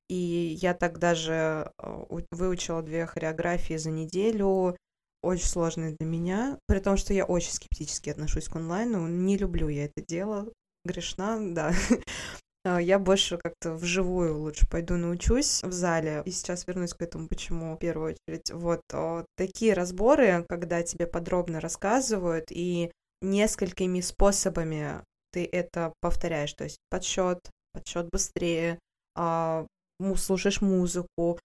И я так даже выучила две хореографии за неделю, очень сложные для меня, при том, что я очень скептически отношусь к онлайну, не люблю я это дело, грешна, да. Я больше как-то вживую лучше пойду научусь в зале. И сейчас вернусь к этому, почему в первую очередь. Вот такие разборы, когда тебе подробно рассказывают и несколькими способами ты это повторяешь. То есть подсчет, подсчет быстрее, слушаешь музыку,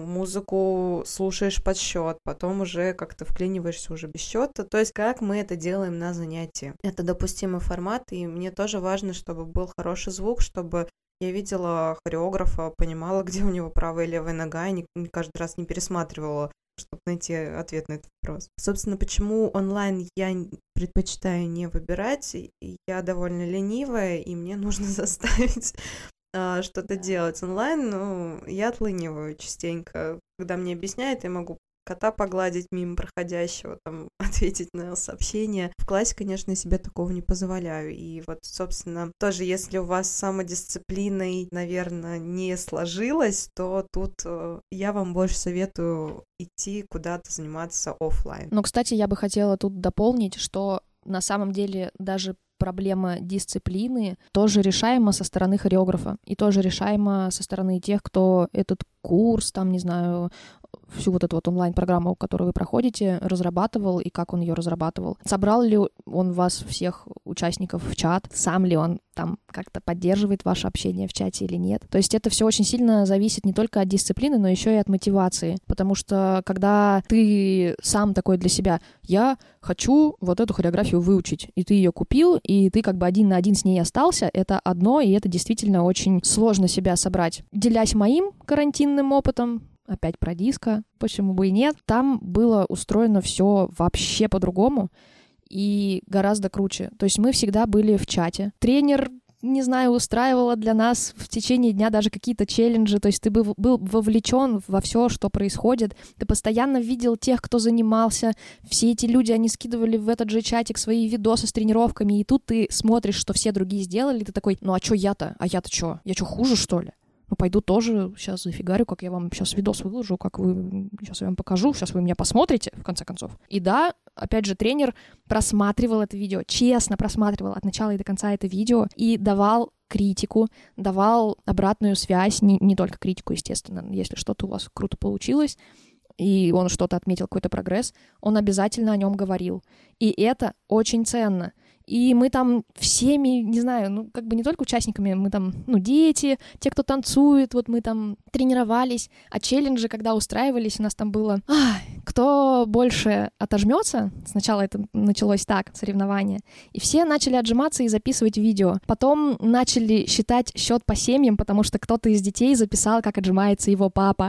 музыку слушаешь под счет, потом уже как-то вклиниваешься уже без счета. То есть как мы это делаем на занятии. Это допустимый формат, и мне тоже важно, чтобы был хороший звук, чтобы я видела хореографа, понимала, где у него правая и левая нога, и не, не каждый раз не пересматривала, чтобы найти ответ на этот вопрос. Собственно, почему онлайн я предпочитаю не выбирать, я довольно ленивая, и мне нужно заставить что-то делать онлайн, но я отлыниваю частенько. Когда мне объясняют, я могу кота погладить мимо проходящего, там, ответить на сообщение. В классе, конечно, я себе такого не позволяю. И вот, собственно, тоже, если у вас с самодисциплиной, наверное, не сложилось, то тут я вам больше советую идти куда-то заниматься офлайн. Но, кстати, я бы хотела тут дополнить, что на самом деле даже проблема дисциплины тоже решаема со стороны хореографа и тоже решаема со стороны тех, кто этот курс, там, не знаю, всю вот эту вот онлайн-программу, которую вы проходите, разрабатывал и как он ее разрабатывал. Собрал ли он вас, всех участников, в чат? Сам ли он там как-то поддерживает ваше общение в чате или нет? То есть это все очень сильно зависит не только от дисциплины, но еще и от мотивации. Потому что когда ты сам такой для себя, я хочу вот эту хореографию выучить, и ты ее купил, и ты как бы один на один с ней остался, это одно, и это действительно очень сложно себя собрать. Делясь моим карантинным опытом, опять про диско, почему бы и нет, там было устроено все вообще по-другому и гораздо круче. То есть мы всегда были в чате. Тренер, не знаю, устраивала для нас в течение дня даже какие-то челленджи, то есть ты был, был вовлечен во все, что происходит, ты постоянно видел тех, кто занимался, все эти люди, они скидывали в этот же чатик свои видосы с тренировками, и тут ты смотришь, что все другие сделали, и ты такой, ну а чё я-то? А я-то чё? Я чё, хуже, что ли? Ну, пойду тоже сейчас зафигарю, как я вам сейчас видос выложу, как вы... Сейчас я вам покажу, сейчас вы меня посмотрите, в конце концов. И да, опять же, тренер просматривал это видео, честно просматривал от начала и до конца это видео и давал критику, давал обратную связь, не, не только критику, естественно, если что-то у вас круто получилось, и он что-то отметил, какой-то прогресс, он обязательно о нем говорил. И это очень ценно. И мы там всеми, не знаю, ну, как бы не только участниками, мы там, ну, дети, те, кто танцует, вот мы там тренировались, а челленджи, когда устраивались, у нас там было, ах, кто больше отожмется, сначала это началось так, соревнования, и все начали отжиматься и записывать видео. Потом начали считать счет по семьям, потому что кто-то из детей записал, как отжимается его папа.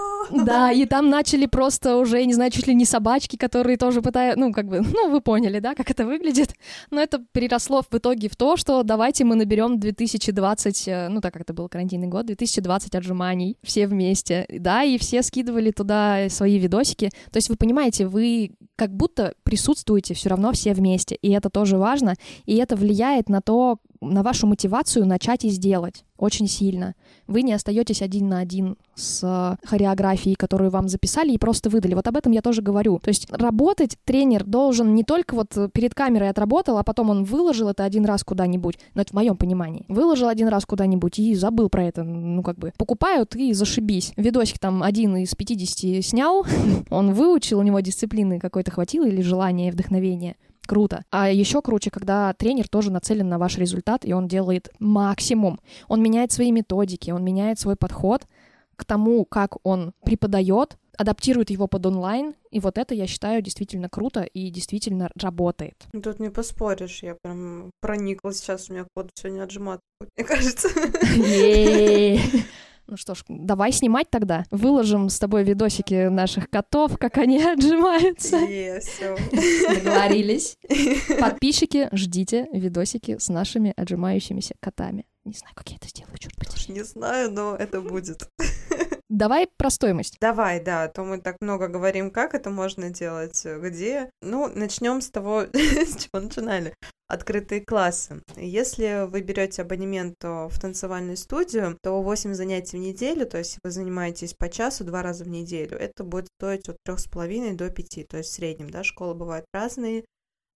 Да, и там начали просто уже, не знаю, чуть ли не собачки, которые тоже пытают, ну, как бы, ну, вы поняли, да, как это выглядит. Но это переросло в итоге в то, что давайте мы наберем две тысячи двадцать, ну, так как это был карантинный год, две тысячи двадцать отжиманий все вместе, да, и все скидывали туда свои видосики. То есть вы понимаете, вы как будто присутствуете все равно все вместе, и это тоже важно, и это влияет на то, на вашу мотивацию начать и сделать очень сильно. Вы не остаетесь один на один с хореографией, которую вам записали и просто выдали. Вот об этом я тоже говорю. То есть работать тренер должен не только вот перед камерой отработал, а потом он выложил это один раз куда-нибудь, но это в моем понимании. Выложил один раз куда-нибудь и забыл про это, ну как бы. Покупают и зашибись. Видосик там один из пятидесяти снял, он выучил, у него дисциплины какой-то хватило или желания, вдохновения. Круто. А еще круче, когда тренер тоже нацелен на ваш результат, и он делает максимум. Он меняет свои методики, он меняет свой подход к тому, как он преподает, адаптирует его под онлайн, и вот это, я считаю, действительно круто и действительно работает. Тут не поспоришь, я прям проникла сейчас, у меня кот сегодня отжиматься, мне кажется. Ну что ж, давай снимать тогда. Выложим с тобой видосики наших котов, как они отжимаются. Е, всё. Договорились. Подписчики, ждите видосики с нашими отжимающимися котами. Не знаю, как я это сделаю, чёрт подери. Не знаю, но это будет. Давай про стоимость. Давай, да, а то мы так много говорим, как это можно делать, где. Ну, начнем с того, с чего начинали. Открытые классы. Если вы берете абонемент в танцевальную студию, то восемь занятий в неделю, то есть вы занимаетесь по часу два раза в неделю, это будет стоить от трёх с половиной до пяти, то есть в среднем, да, школы бывают разные,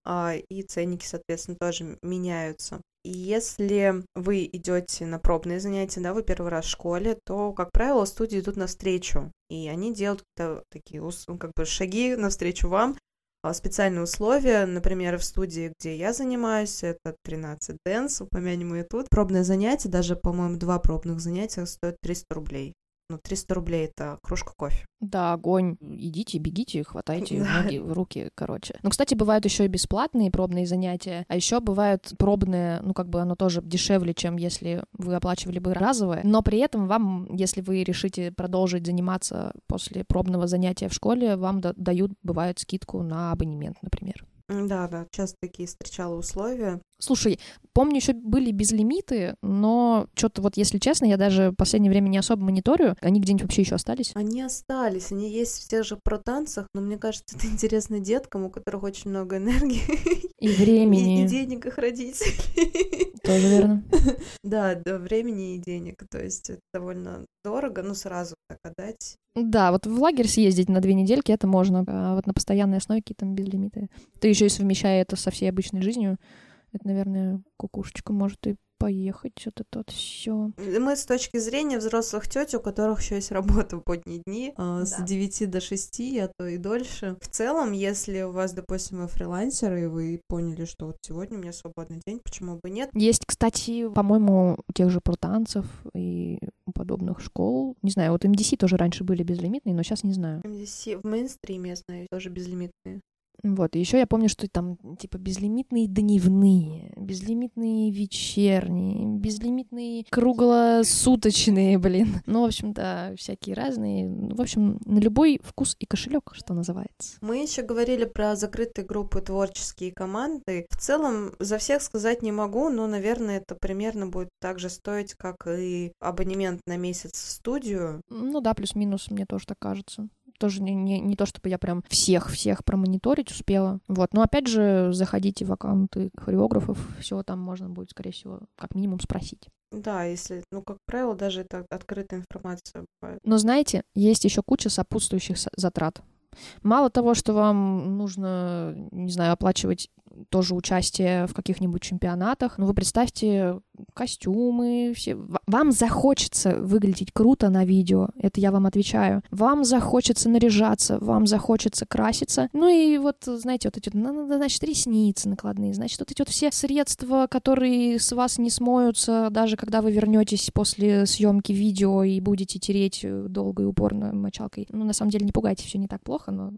и ценники, соответственно, тоже меняются. И если вы идете на пробные занятия, да, вы первый раз в школе, то, как правило, студии идут навстречу, и они делают такие, ну, как бы шаги навстречу вам, специальные условия, например, в студии, где я занимаюсь, это тринадцать Dance, упомянем ее тут. Пробное занятие, даже, по-моему, два пробных занятия стоят триста рублей. Ну, триста рублей — это кружка кофе. Да, огонь. Идите, бегите, хватайте Да. ноги в руки, короче. Ну, кстати, бывают еще и бесплатные пробные занятия, а еще бывают пробные, ну, как бы оно тоже дешевле, чем если вы оплачивали бы разовое, но при этом вам, если вы решите продолжить заниматься после пробного занятия в школе, вам да- дают, бывает, скидку на абонемент, например. Да, да, часто такие встречала условия. Слушай, помню, еще были безлимиты, но что-то вот, если честно, я даже в последнее время не особо мониторю. Они где-нибудь вообще еще остались? Они остались, они есть в тех же протанцах, но мне кажется, это интересно деткам, у которых очень много энергии. И времени. И, и денег их родителей. Тоже верно. Да, да, времени и денег. То есть это довольно дорого, ну, сразу так отдать. Да, вот в лагерь съездить на две недельки это можно, а вот на постоянной основе какие там безлимиты. Ты еще и совмещая это со всей обычной жизнью, это, наверное, кукушечка может и поехать, что-то тут все. Мы с точки зрения взрослых теть, у которых еще есть работа в будние дни, да. С девяти до шести, а то и дольше. В целом, если у вас, допустим, вы фрилансер, и вы поняли, что вот сегодня у меня свободный день, почему бы нет? Есть, кстати, по-моему, у тех же протанцев и у подобных школ. Не знаю, вот эм ди си тоже раньше были безлимитные, но сейчас не знаю. эм ди си в мейнстриме, я знаю, тоже безлимитные. Вот, и еще я помню, что там, типа, безлимитные дневные, безлимитные вечерние, безлимитные круглосуточные, блин. Ну, в общем-то, всякие разные. В общем, на любой вкус и кошелек, что называется. Мы еще говорили про закрытые группы, творческие команды. В целом, за всех сказать не могу, но, наверное, это примерно будет так же стоить, как и абонемент на месяц в студию. Ну да, плюс-минус, мне тоже так кажется. Тоже не, не, не то, чтобы я прям всех-всех промониторить успела. Вот. Но опять же, заходите в аккаунты хореографов, все там можно будет, скорее всего, как минимум спросить. Да, если, ну, как правило, даже это открытая информация бывает. Но знаете, есть еще куча сопутствующих затрат. Мало того, что вам нужно, не знаю, оплачивать тоже участие в каких-нибудь чемпионатах, но вы представьте, костюмы, все. Вам захочется выглядеть круто на видео, это я вам отвечаю. Вам захочется наряжаться, вам захочется краситься. Ну и вот, знаете, вот эти, значит, ресницы накладные, значит, вот эти вот все средства, которые с вас не смоются, даже когда вы вернетесь после съемки видео и будете тереть долго и упорно мочалкой. Ну, на самом деле, не пугайтесь, все не так плохо, но...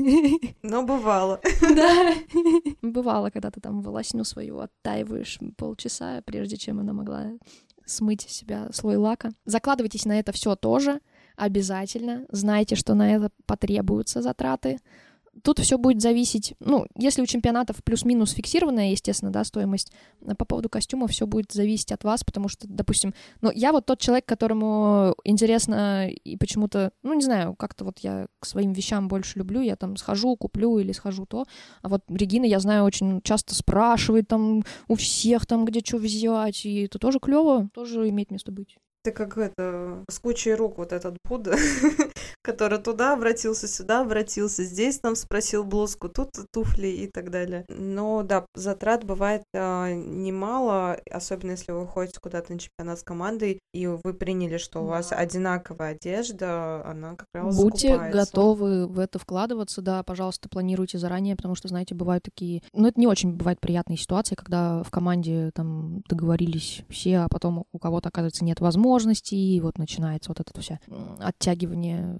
Но бывало. Да. Бывало, когда ты там волосню свою оттаиваешь полчаса, прежде чем она могла смыть с себя слой лака. Закладывайтесь на это все тоже обязательно. Знайте, что на это потребуются затраты. Тут все будет зависеть, ну, если у чемпионатов плюс-минус фиксированная, естественно, да, стоимость, по поводу костюма все будет зависеть от вас, потому что, допустим, ну, я вот тот человек, которому интересно и почему-то, ну, не знаю, как-то вот я к своим вещам больше люблю, я там схожу, куплю или схожу то, а вот Регина, я знаю, очень часто спрашивает там у всех там, где что взять, и это тоже клево, тоже имеет место быть. Ты как это, с кучей рук вот этот Будда, который туда обратился, сюда обратился, здесь там спросил блузку, тут туфли и так далее. Но да, затрат бывает а, немало, особенно если вы ходите куда-то на чемпионат с командой, и вы приняли, что у вас одинаковая одежда, она как раз Будьте закупается. готовы в это вкладываться, да, пожалуйста, планируйте заранее, потому что, знаете, бывают такие... Ну, это не очень бывают приятные ситуации, когда в команде там договорились все, а потом у кого-то, оказывается, нет возможности, и вот начинается вот это все оттягивание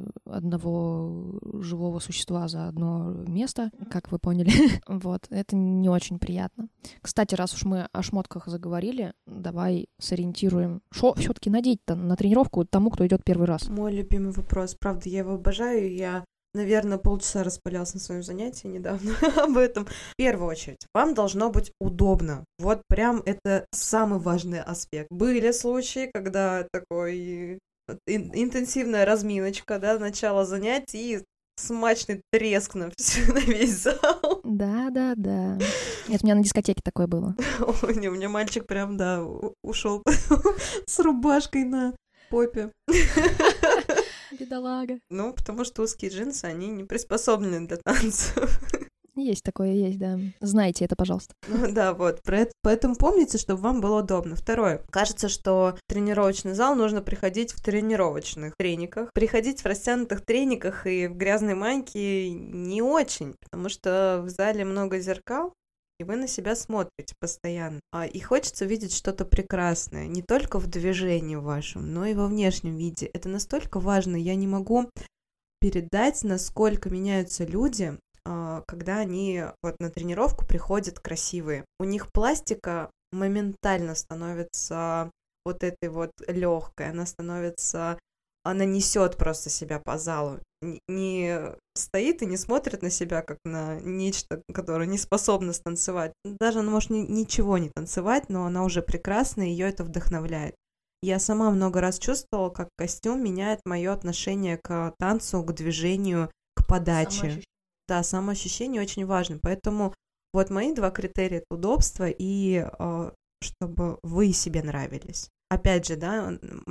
одного живого существа за одно место, как вы поняли. Вот, это не очень приятно. Кстати, раз уж мы о шмотках заговорили, давай сориентируем, что все-таки надеть-то на тренировку тому, кто идет первый раз. Мой любимый вопрос, правда, я его обожаю, я... Наверное, полчаса распалялся на своем занятии недавно об этом. В первую очередь, вам должно быть удобно. Вот прям это самый важный аспект. Были случаи, когда такой ин- интенсивная разминочка, да, начало занятий, и смачный треск на, на весь зал. Да-да-да. Это у меня на дискотеке такое было. Ой, не, у меня мальчик прям, да, ушел с рубашкой на попе. Бедолага. Ну, потому что узкие джинсы, они не приспособлены для танцев. Есть такое, есть, да. Знайте это, пожалуйста. Ну да, вот. Поэтому помните, чтобы вам было удобно. Второе. Кажется, что в тренировочный зал нужно приходить в тренировочных трениках. Приходить в растянутых трениках и в грязной маньке не очень, потому что в зале много зеркал, и вы на себя смотрите постоянно. И хочется видеть что-то прекрасное, не только в движении вашем, но и во внешнем виде. Это настолько важно, я не могу передать, насколько меняются люди, когда они вот на тренировку приходят красивые. У них пластика моментально становится вот этой вот легкой, она становится, она несет просто себя по залу, не стоит и не смотрит на себя как на нечто, которое не способно станцевать. Даже она может ничего не танцевать, но она уже прекрасна, и ее это вдохновляет. Я сама много раз чувствовала, как костюм меняет мое отношение к танцу, к движению, к подаче. Да, самоощущение очень важно, поэтому вот мои два критерия — это удобство и э, чтобы вы себе нравились. Опять же, да,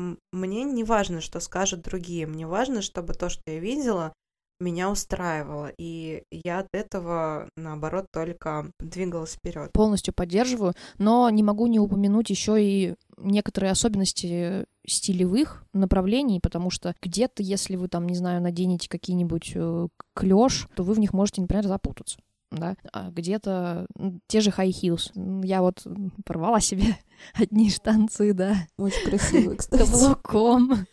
мне не важно, что скажут другие, мне важно, чтобы то, что я видела, меня устраивало, и я от этого, наоборот, только двигалась вперед. Полностью поддерживаю, но не могу не упомянуть еще и некоторые особенности стилевых направлений, потому что где-то, если вы там, не знаю, наденете какие-нибудь э, клёш, то вы в них можете, например, запутаться. Да, а где-то ну, те же high heels. Я вот порвала себе одни штанцы, да. Очень красивые, кстати. Каблуком.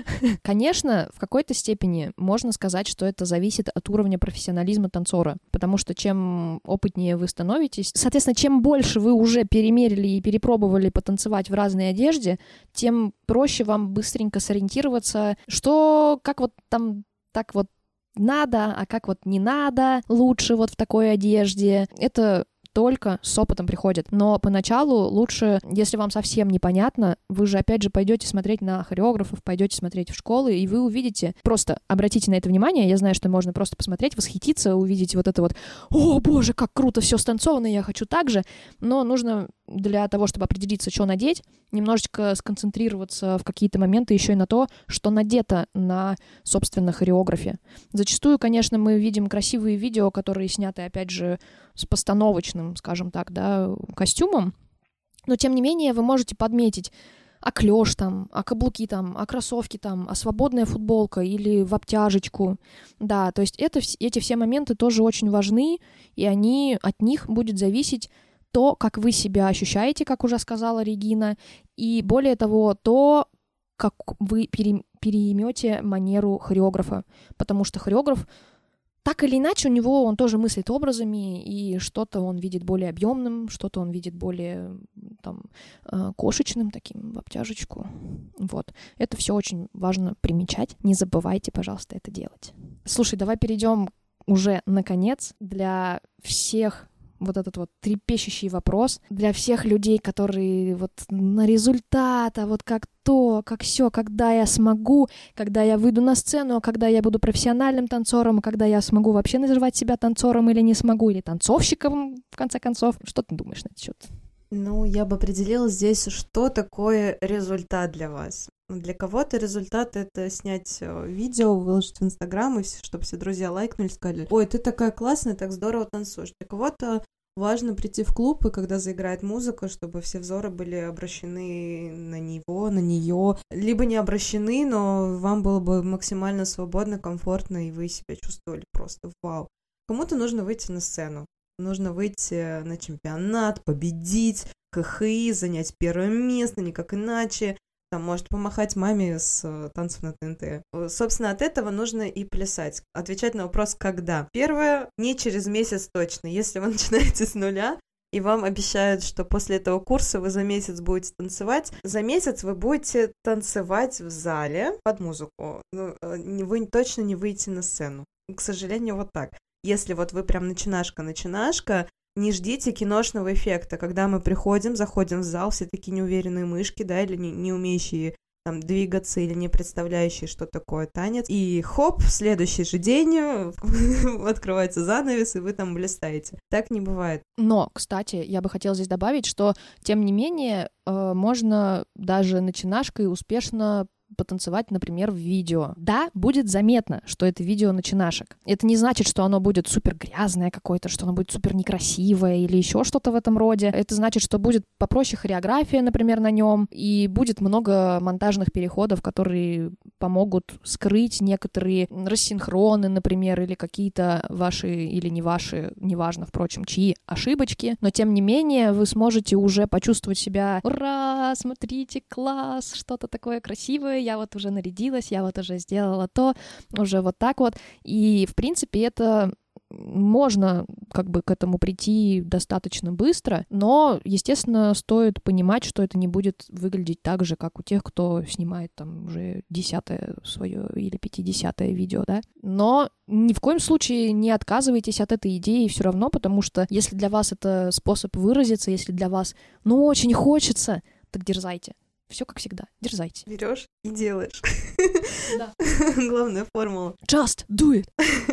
Конечно, в какой-то степени можно сказать, что это зависит от уровня профессионализма танцора, потому что чем опытнее вы становитесь, соответственно, чем больше вы уже перемерили и перепробовали потанцевать в разной одежде, тем проще вам быстренько сориентироваться, что, как вот там, так вот надо, а как вот не надо лучше вот в такой одежде. Это только с опытом приходит. Но поначалу лучше, если вам совсем непонятно, вы же опять же пойдете смотреть на хореографов, пойдете смотреть в школы, и вы увидите, просто обратите на это внимание, я знаю, что можно просто посмотреть, восхититься, увидеть вот это вот, о, боже, как круто все станцовано, я хочу так же, но нужно для того, чтобы определиться, что надеть, немножечко сконцентрироваться в какие-то моменты еще и на то, что надето на, собственно, хореографе. Зачастую, конечно, мы видим красивые видео, которые сняты, опять же, с постановочным, скажем так, да, костюмом, но, тем не менее, вы можете подметить, а клёш там, а каблуки там, а кроссовки там, а свободная футболка или в обтяжечку. Да, то есть это, эти все моменты тоже очень важны, и они, от них будет зависеть то, как вы себя ощущаете, как уже сказала Регина, и более того, то, как вы пере, переймете манеру хореографа, потому что хореограф, так или иначе, у него он тоже мыслит образами, и что-то он видит более объемным, что-то он видит более там, кошечным, таким в обтяжечку. Вот. Это все очень важно примечать. Не забывайте, пожалуйста, это делать. Слушай, давай перейдем уже, наконец, для всех вот этот вот трепещущий вопрос для всех людей, которые вот на результат, а вот как то, как все, когда я смогу, когда я выйду на сцену, когда я буду профессиональным танцором, когда я смогу вообще называть себя танцором или не смогу, или танцовщиком, в конце концов. Что ты думаешь на этот счет? Ну, я бы определила здесь, что такое результат для вас. Для кого-то результат — это снять видео, выложить в Инстаграм, и чтобы все друзья лайкнули, сказали: ой, ты такая классная, так здорово танцуешь. Для кого-то важно прийти в клуб, и когда заиграет музыка, чтобы все взоры были обращены на него, на нее, либо не обращены, но вам было бы максимально свободно, комфортно, и вы себя чувствовали просто вау. Кому-то нужно выйти на сцену, нужно выйти на чемпионат, победить, КХИ, занять первое место, никак иначе. Там, может помахать маме с танцев на ТНТ. Собственно, от этого нужно и плясать. Отвечать на вопрос «когда?». Первое, не через месяц точно. Если вы начинаете с нуля, и вам обещают, что после этого курса вы за месяц будете танцевать, за месяц вы будете танцевать в зале под музыку. Вы точно не выйдете на сцену. К сожалению, вот так. Если вот вы прям начинашка-начинашка, не ждите киношного эффекта, когда мы приходим, заходим в зал, все такие неуверенные мышки, да, или не, не умеющие там двигаться, или не представляющие, что такое танец, и хоп, в следующий же день открывается занавес, и вы там блистаете. Так не бывает. Но, кстати, я бы хотела здесь добавить, что, тем не менее, можно даже начинашкой успешно потанцевать, например, в видео. Да, будет заметно, что это видео начинашек. Это не значит, что оно будет супер грязное какое-то, что оно будет супер некрасивое или еще что-то в этом роде. Это значит, что будет попроще хореография, например, на нем, и будет много монтажных переходов, которые помогут скрыть некоторые рассинхроны, например, или какие-то ваши или не ваши, неважно, впрочем, чьи ошибочки. Но, тем не менее, вы сможете уже почувствовать себя: ура, смотрите, класс, что-то такое красивое, я вот уже нарядилась, я вот уже сделала то, уже вот так вот. И, в принципе, это можно как бы к этому прийти достаточно быстро, но, естественно, стоит понимать, что это не будет выглядеть так же, как у тех, кто снимает там уже десятое свое или пятидесятое видео, да. Но ни в коем случае не отказывайтесь от этой идеи все равно, потому что если для вас это способ выразиться, если для вас, ну, очень хочется, так дерзайте. Все как всегда, дерзайте. Берешь и делаешь. Да. Главная формула. Just do it.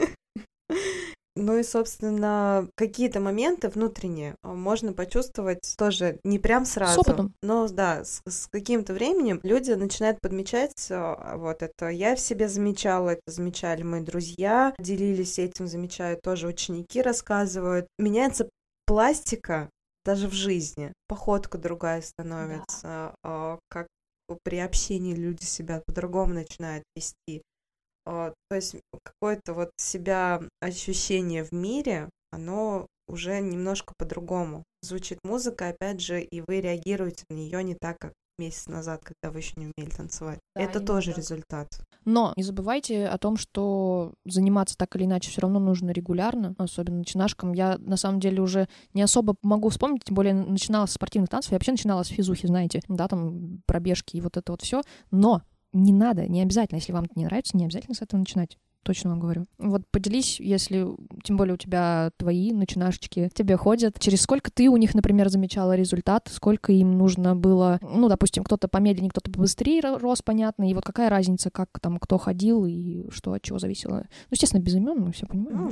Ну и, собственно, какие-то моменты внутренние можно почувствовать тоже не прям сразу. С опытом. Но, да, с, с каким-то временем люди начинают подмечать вот это. Я в себе замечала, это замечали мои друзья, делились этим, замечают тоже ученики, рассказывают. Меняется пластика даже в жизни. Походка другая становится, да. Как при общении люди себя по-другому начинают вести. То есть какое-то вот себя ощущение в мире, оно уже немножко по-другому. Звучит музыка, опять же, и вы реагируете на нее не так, как месяц назад, когда вы еще не умели танцевать. Да, это тоже так. Результат. Но не забывайте о том, что заниматься так или иначе все равно нужно регулярно, особенно начинашкам. Я, на самом деле, уже не особо могу вспомнить, тем более начинала с спортивных танцев, я вообще начинала с физухи, знаете, да, там пробежки и вот это вот все. Но не надо, не обязательно, если вам это не нравится, не обязательно с этого начинать. Точно вам говорю. Вот поделись, если, тем более у тебя твои начинашечки тебе ходят, через сколько ты у них, например, замечала результат, сколько им нужно было, ну, допустим, кто-то помедленнее, кто-то побыстрее рос, понятно, и вот какая разница, как там кто ходил и что от чего зависело. Ну, естественно, без имен, мы все понимаем.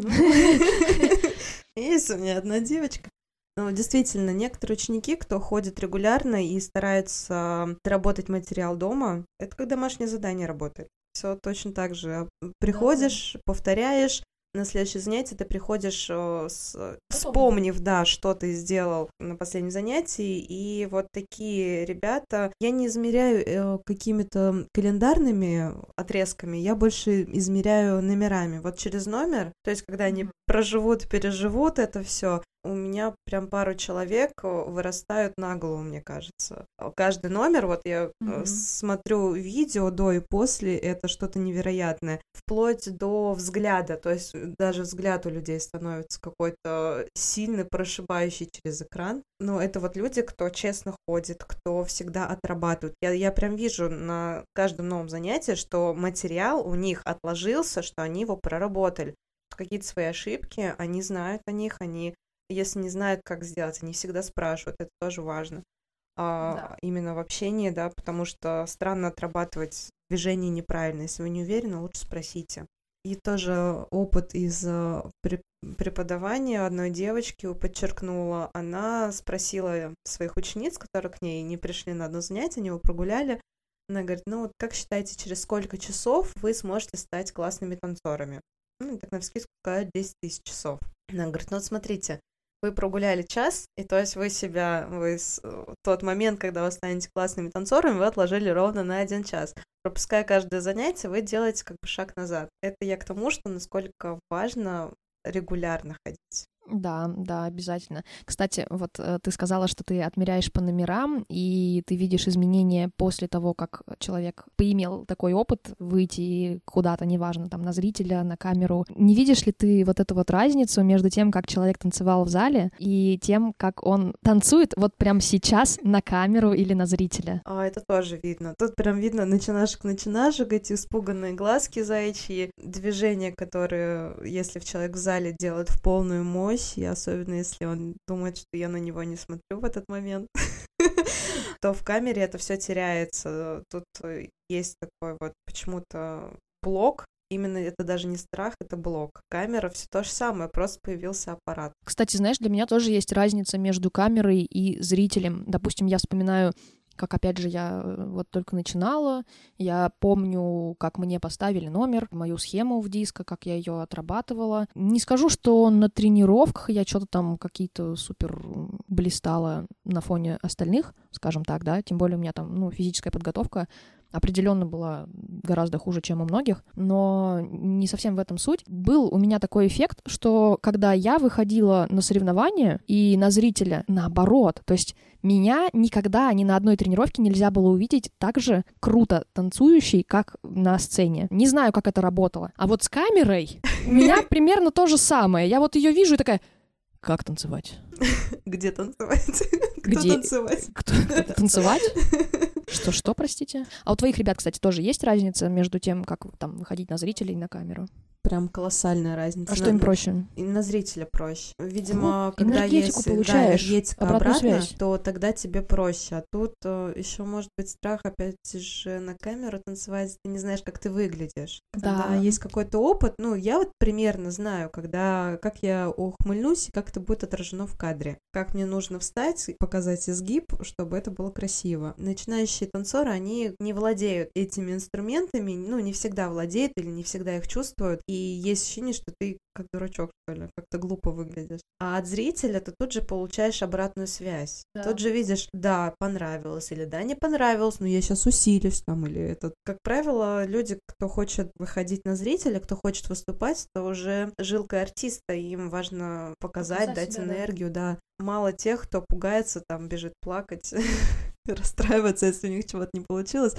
Есть у меня одна девочка. Ну, действительно, некоторые ученики, кто ходит регулярно и старается доработать материал дома, это как домашнее задание работает. Все точно так же. Приходишь, да. повторяешь, на следующее занятие ты приходишь, с... вспомнив, да, что ты сделал на последнем занятии, и вот такие ребята, я не измеряю э, какими-то календарными отрезками, я больше измеряю номерами. Вот через номер, то есть когда они проживут, переживут это все, у меня прям пару человек вырастают на голову, мне кажется. Каждый номер, вот я mm-hmm. смотрю видео до и после, это что-то невероятное. Вплоть до взгляда, то есть даже взгляд у людей становится какой-то сильный, прошибающий через экран. Но это вот люди, кто честно ходит, кто всегда отрабатывает. Я, я прям вижу на каждом новом занятии, что материал у них отложился, что они его проработали. Какие-то свои ошибки, они знают о них, они... Если не знают, как сделать, они всегда спрашивают, это тоже важно. А, да. Именно в общении, да, потому что странно отрабатывать движение неправильно. Если вы не уверены, лучше спросите. И тоже опыт из преподавания одной девочки подчеркнула. Она спросила своих учениц, которые к ней не пришли на одно занятие, они его прогуляли. Она говорит, ну вот как считаете, через сколько часов вы сможете стать классными танцорами? Ну, так навскидку сказать десять тысяч часов. Она говорит, ну вот смотрите, вы прогуляли час, и то есть вы себя, вы с, тот момент, когда вы станете классными танцорами, вы отложили ровно на один час. Пропуская каждое занятие, вы делаете как бы шаг назад. Это я к тому, что насколько важно регулярно ходить. Да, да, обязательно. Кстати, вот э, ты сказала, что ты отмеряешь по номерам, и ты видишь изменения после того, как человек поимел такой опыт выйти куда-то, неважно, там, на зрителя, на камеру. Не видишь ли ты вот эту вот разницу между тем, как человек танцевал в зале, и тем, как он танцует вот прямо сейчас на камеру или на зрителя? А, это тоже видно. Тут прям видно начинашек-начинашек, эти испуганные глазки заячьи, движения, которые, если человек в зале делает в полную мощь, и особенно если он думает, что я на него не смотрю в этот момент, то в камере это все теряется. Тут есть такой вот почему-то блок. Именно это даже не страх, это блок. Камера все то же самое, просто появился аппарат. Кстати, знаешь, для меня тоже есть разница между камерой и зрителем. Допустим, я вспоминаю как, опять же, я вот только начинала. Я помню, как мне поставили номер, мою схему в диско, как я ее отрабатывала. Не скажу, что на тренировках я что-то там какие-то супер блистала на фоне остальных, скажем так, да, тем более у меня там, ну, физическая подготовка определенно была гораздо хуже, чем у многих, но не совсем в этом суть. Был у меня такой эффект, что когда я выходила на соревнования и на зрителя, наоборот, то есть меня никогда ни на одной тренировке нельзя было увидеть так же круто танцующей, как на сцене. Не знаю, как это работало. А вот с камерой у меня примерно то же самое. Я вот ее вижу и такая: как танцевать? Где танцевать? Где Кто танцевать? Кто, кто танцевать? Что-что, простите? А у твоих ребят, кстати, тоже есть разница между тем, как там выходить на зрителей и на камеру? Прям колоссальная разница. А что им проще? И на зрителя проще. Видимо, вот, когда есть получаешь, да, энергетика обратно, связь. То тогда тебе проще. А тут еще может быть страх опять же на камеру танцевать, ты не знаешь, как ты выглядишь. Когда да. есть какой-то опыт, ну, я вот примерно знаю, когда, как я ухмыльнусь и как это будет отражено в кадре. Как мне нужно встать и показать изгиб, чтобы это было красиво. Начинающие танцоры, они не владеют этими инструментами, ну, не всегда владеют или не всегда их чувствуют. И есть ощущение, что ты как дурачок, что ли, как-то глупо выглядишь. А от зрителя ты тут же получаешь обратную связь. Да. Тут же видишь, да, понравилось, или да, не понравилось, но я сейчас усилюсь там, или это. Как правило, люди, кто хочет выходить на зрителя, кто хочет выступать, то уже жилка артиста, им важно показать, показать дать себя, энергию, да. да. Мало тех, кто пугается, там, бежит плакать, расстраиваться, если у них чего-то не получилось.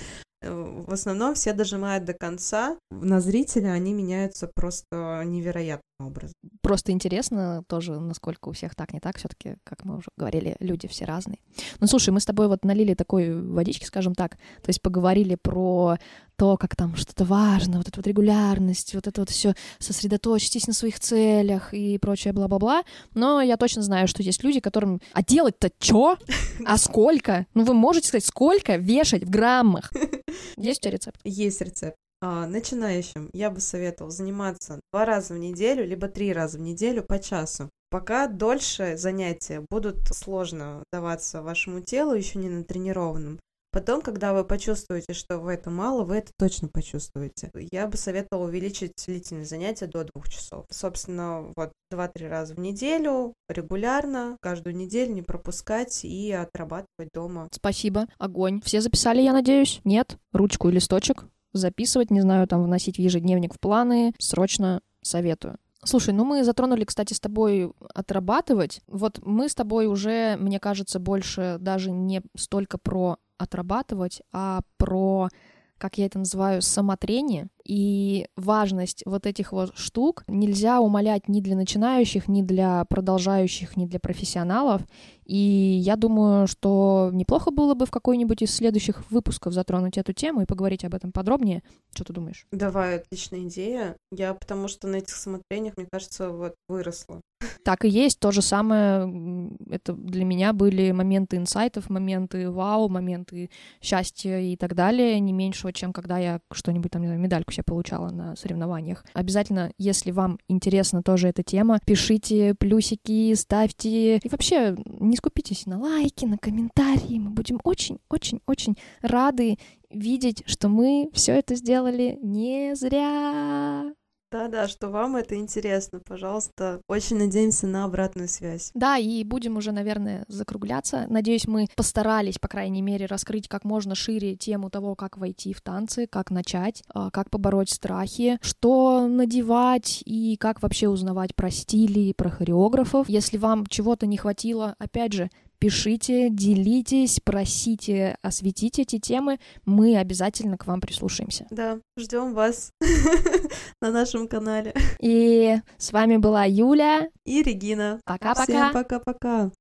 В основном все дожимают до конца. На зрителя они меняются просто невероятным образом. Просто интересно тоже, насколько у всех так, не так. Все-таки, как мы уже говорили, люди все разные. Ну, слушай, мы с тобой вот налили такой водички, скажем так, то есть поговорили про то, как там что-то важно, вот эта вот регулярность, вот это вот все, сосредоточьтесь на своих целях и прочее бла-бла-бла. Но я точно знаю, что есть люди, которым... А делать-то чё? А сколько? Ну, вы можете сказать, сколько вешать в граммах? Есть у тебя рецепт? Есть рецепт. А, начинающим я бы советовала заниматься два раза в неделю, либо три раза в неделю по часу. Пока дольше занятия будут сложно даваться вашему телу, еще не натренированным. Потом, когда вы почувствуете, что в этом мало, вы это точно почувствуете. Я бы советовала увеличить длительность занятия до двух часов. Собственно, вот два-три раза в неделю, регулярно, каждую неделю не пропускать и отрабатывать дома. Спасибо, огонь. Все записали, я надеюсь? Нет? Ручку и листочек записывать, не знаю, там вносить в ежедневник в планы. Срочно советую. Слушай, ну мы затронули, кстати, с тобой отрабатывать. Вот мы с тобой уже, мне кажется, больше даже не столько про отрабатывать, а про, как я это называю, самотрение. И важность вот этих вот штук нельзя умалять ни для начинающих, ни для продолжающих, ни для профессионалов. И я думаю, что неплохо было бы в какой-нибудь из следующих выпусков затронуть эту тему и поговорить об этом подробнее. Что ты думаешь? Давай, отличная идея. Я потому что на этих самотрениях, мне кажется, вот выросла. Так и есть. То же самое. Это для меня были моменты инсайтов, моменты вау, моменты счастья и так далее, не меньшего, чем когда я что-нибудь там, не знаю, медальку себе получала на соревнованиях. Обязательно, если вам интересна тоже эта тема, пишите плюсики, ставьте. И вообще, не скупитесь на лайки, на комментарии. Мы будем очень-очень-очень рады видеть, что мы все это сделали не зря. Да-да, что вам это интересно, пожалуйста. Очень надеемся на обратную связь. Да, и будем уже, наверное, закругляться. Надеюсь, мы постарались, по крайней мере, раскрыть как можно шире тему того, как войти в танцы, как начать, как побороть страхи, что надевать и как вообще узнавать про стили, про хореографов. Если вам чего-то не хватило, опять же, пишите, делитесь, просите осветить эти темы. Мы обязательно к вам прислушаемся. Да, ждем вас на нашем канале. И с вами была Юля и Регина. Пока-пока. Всем пока-пока.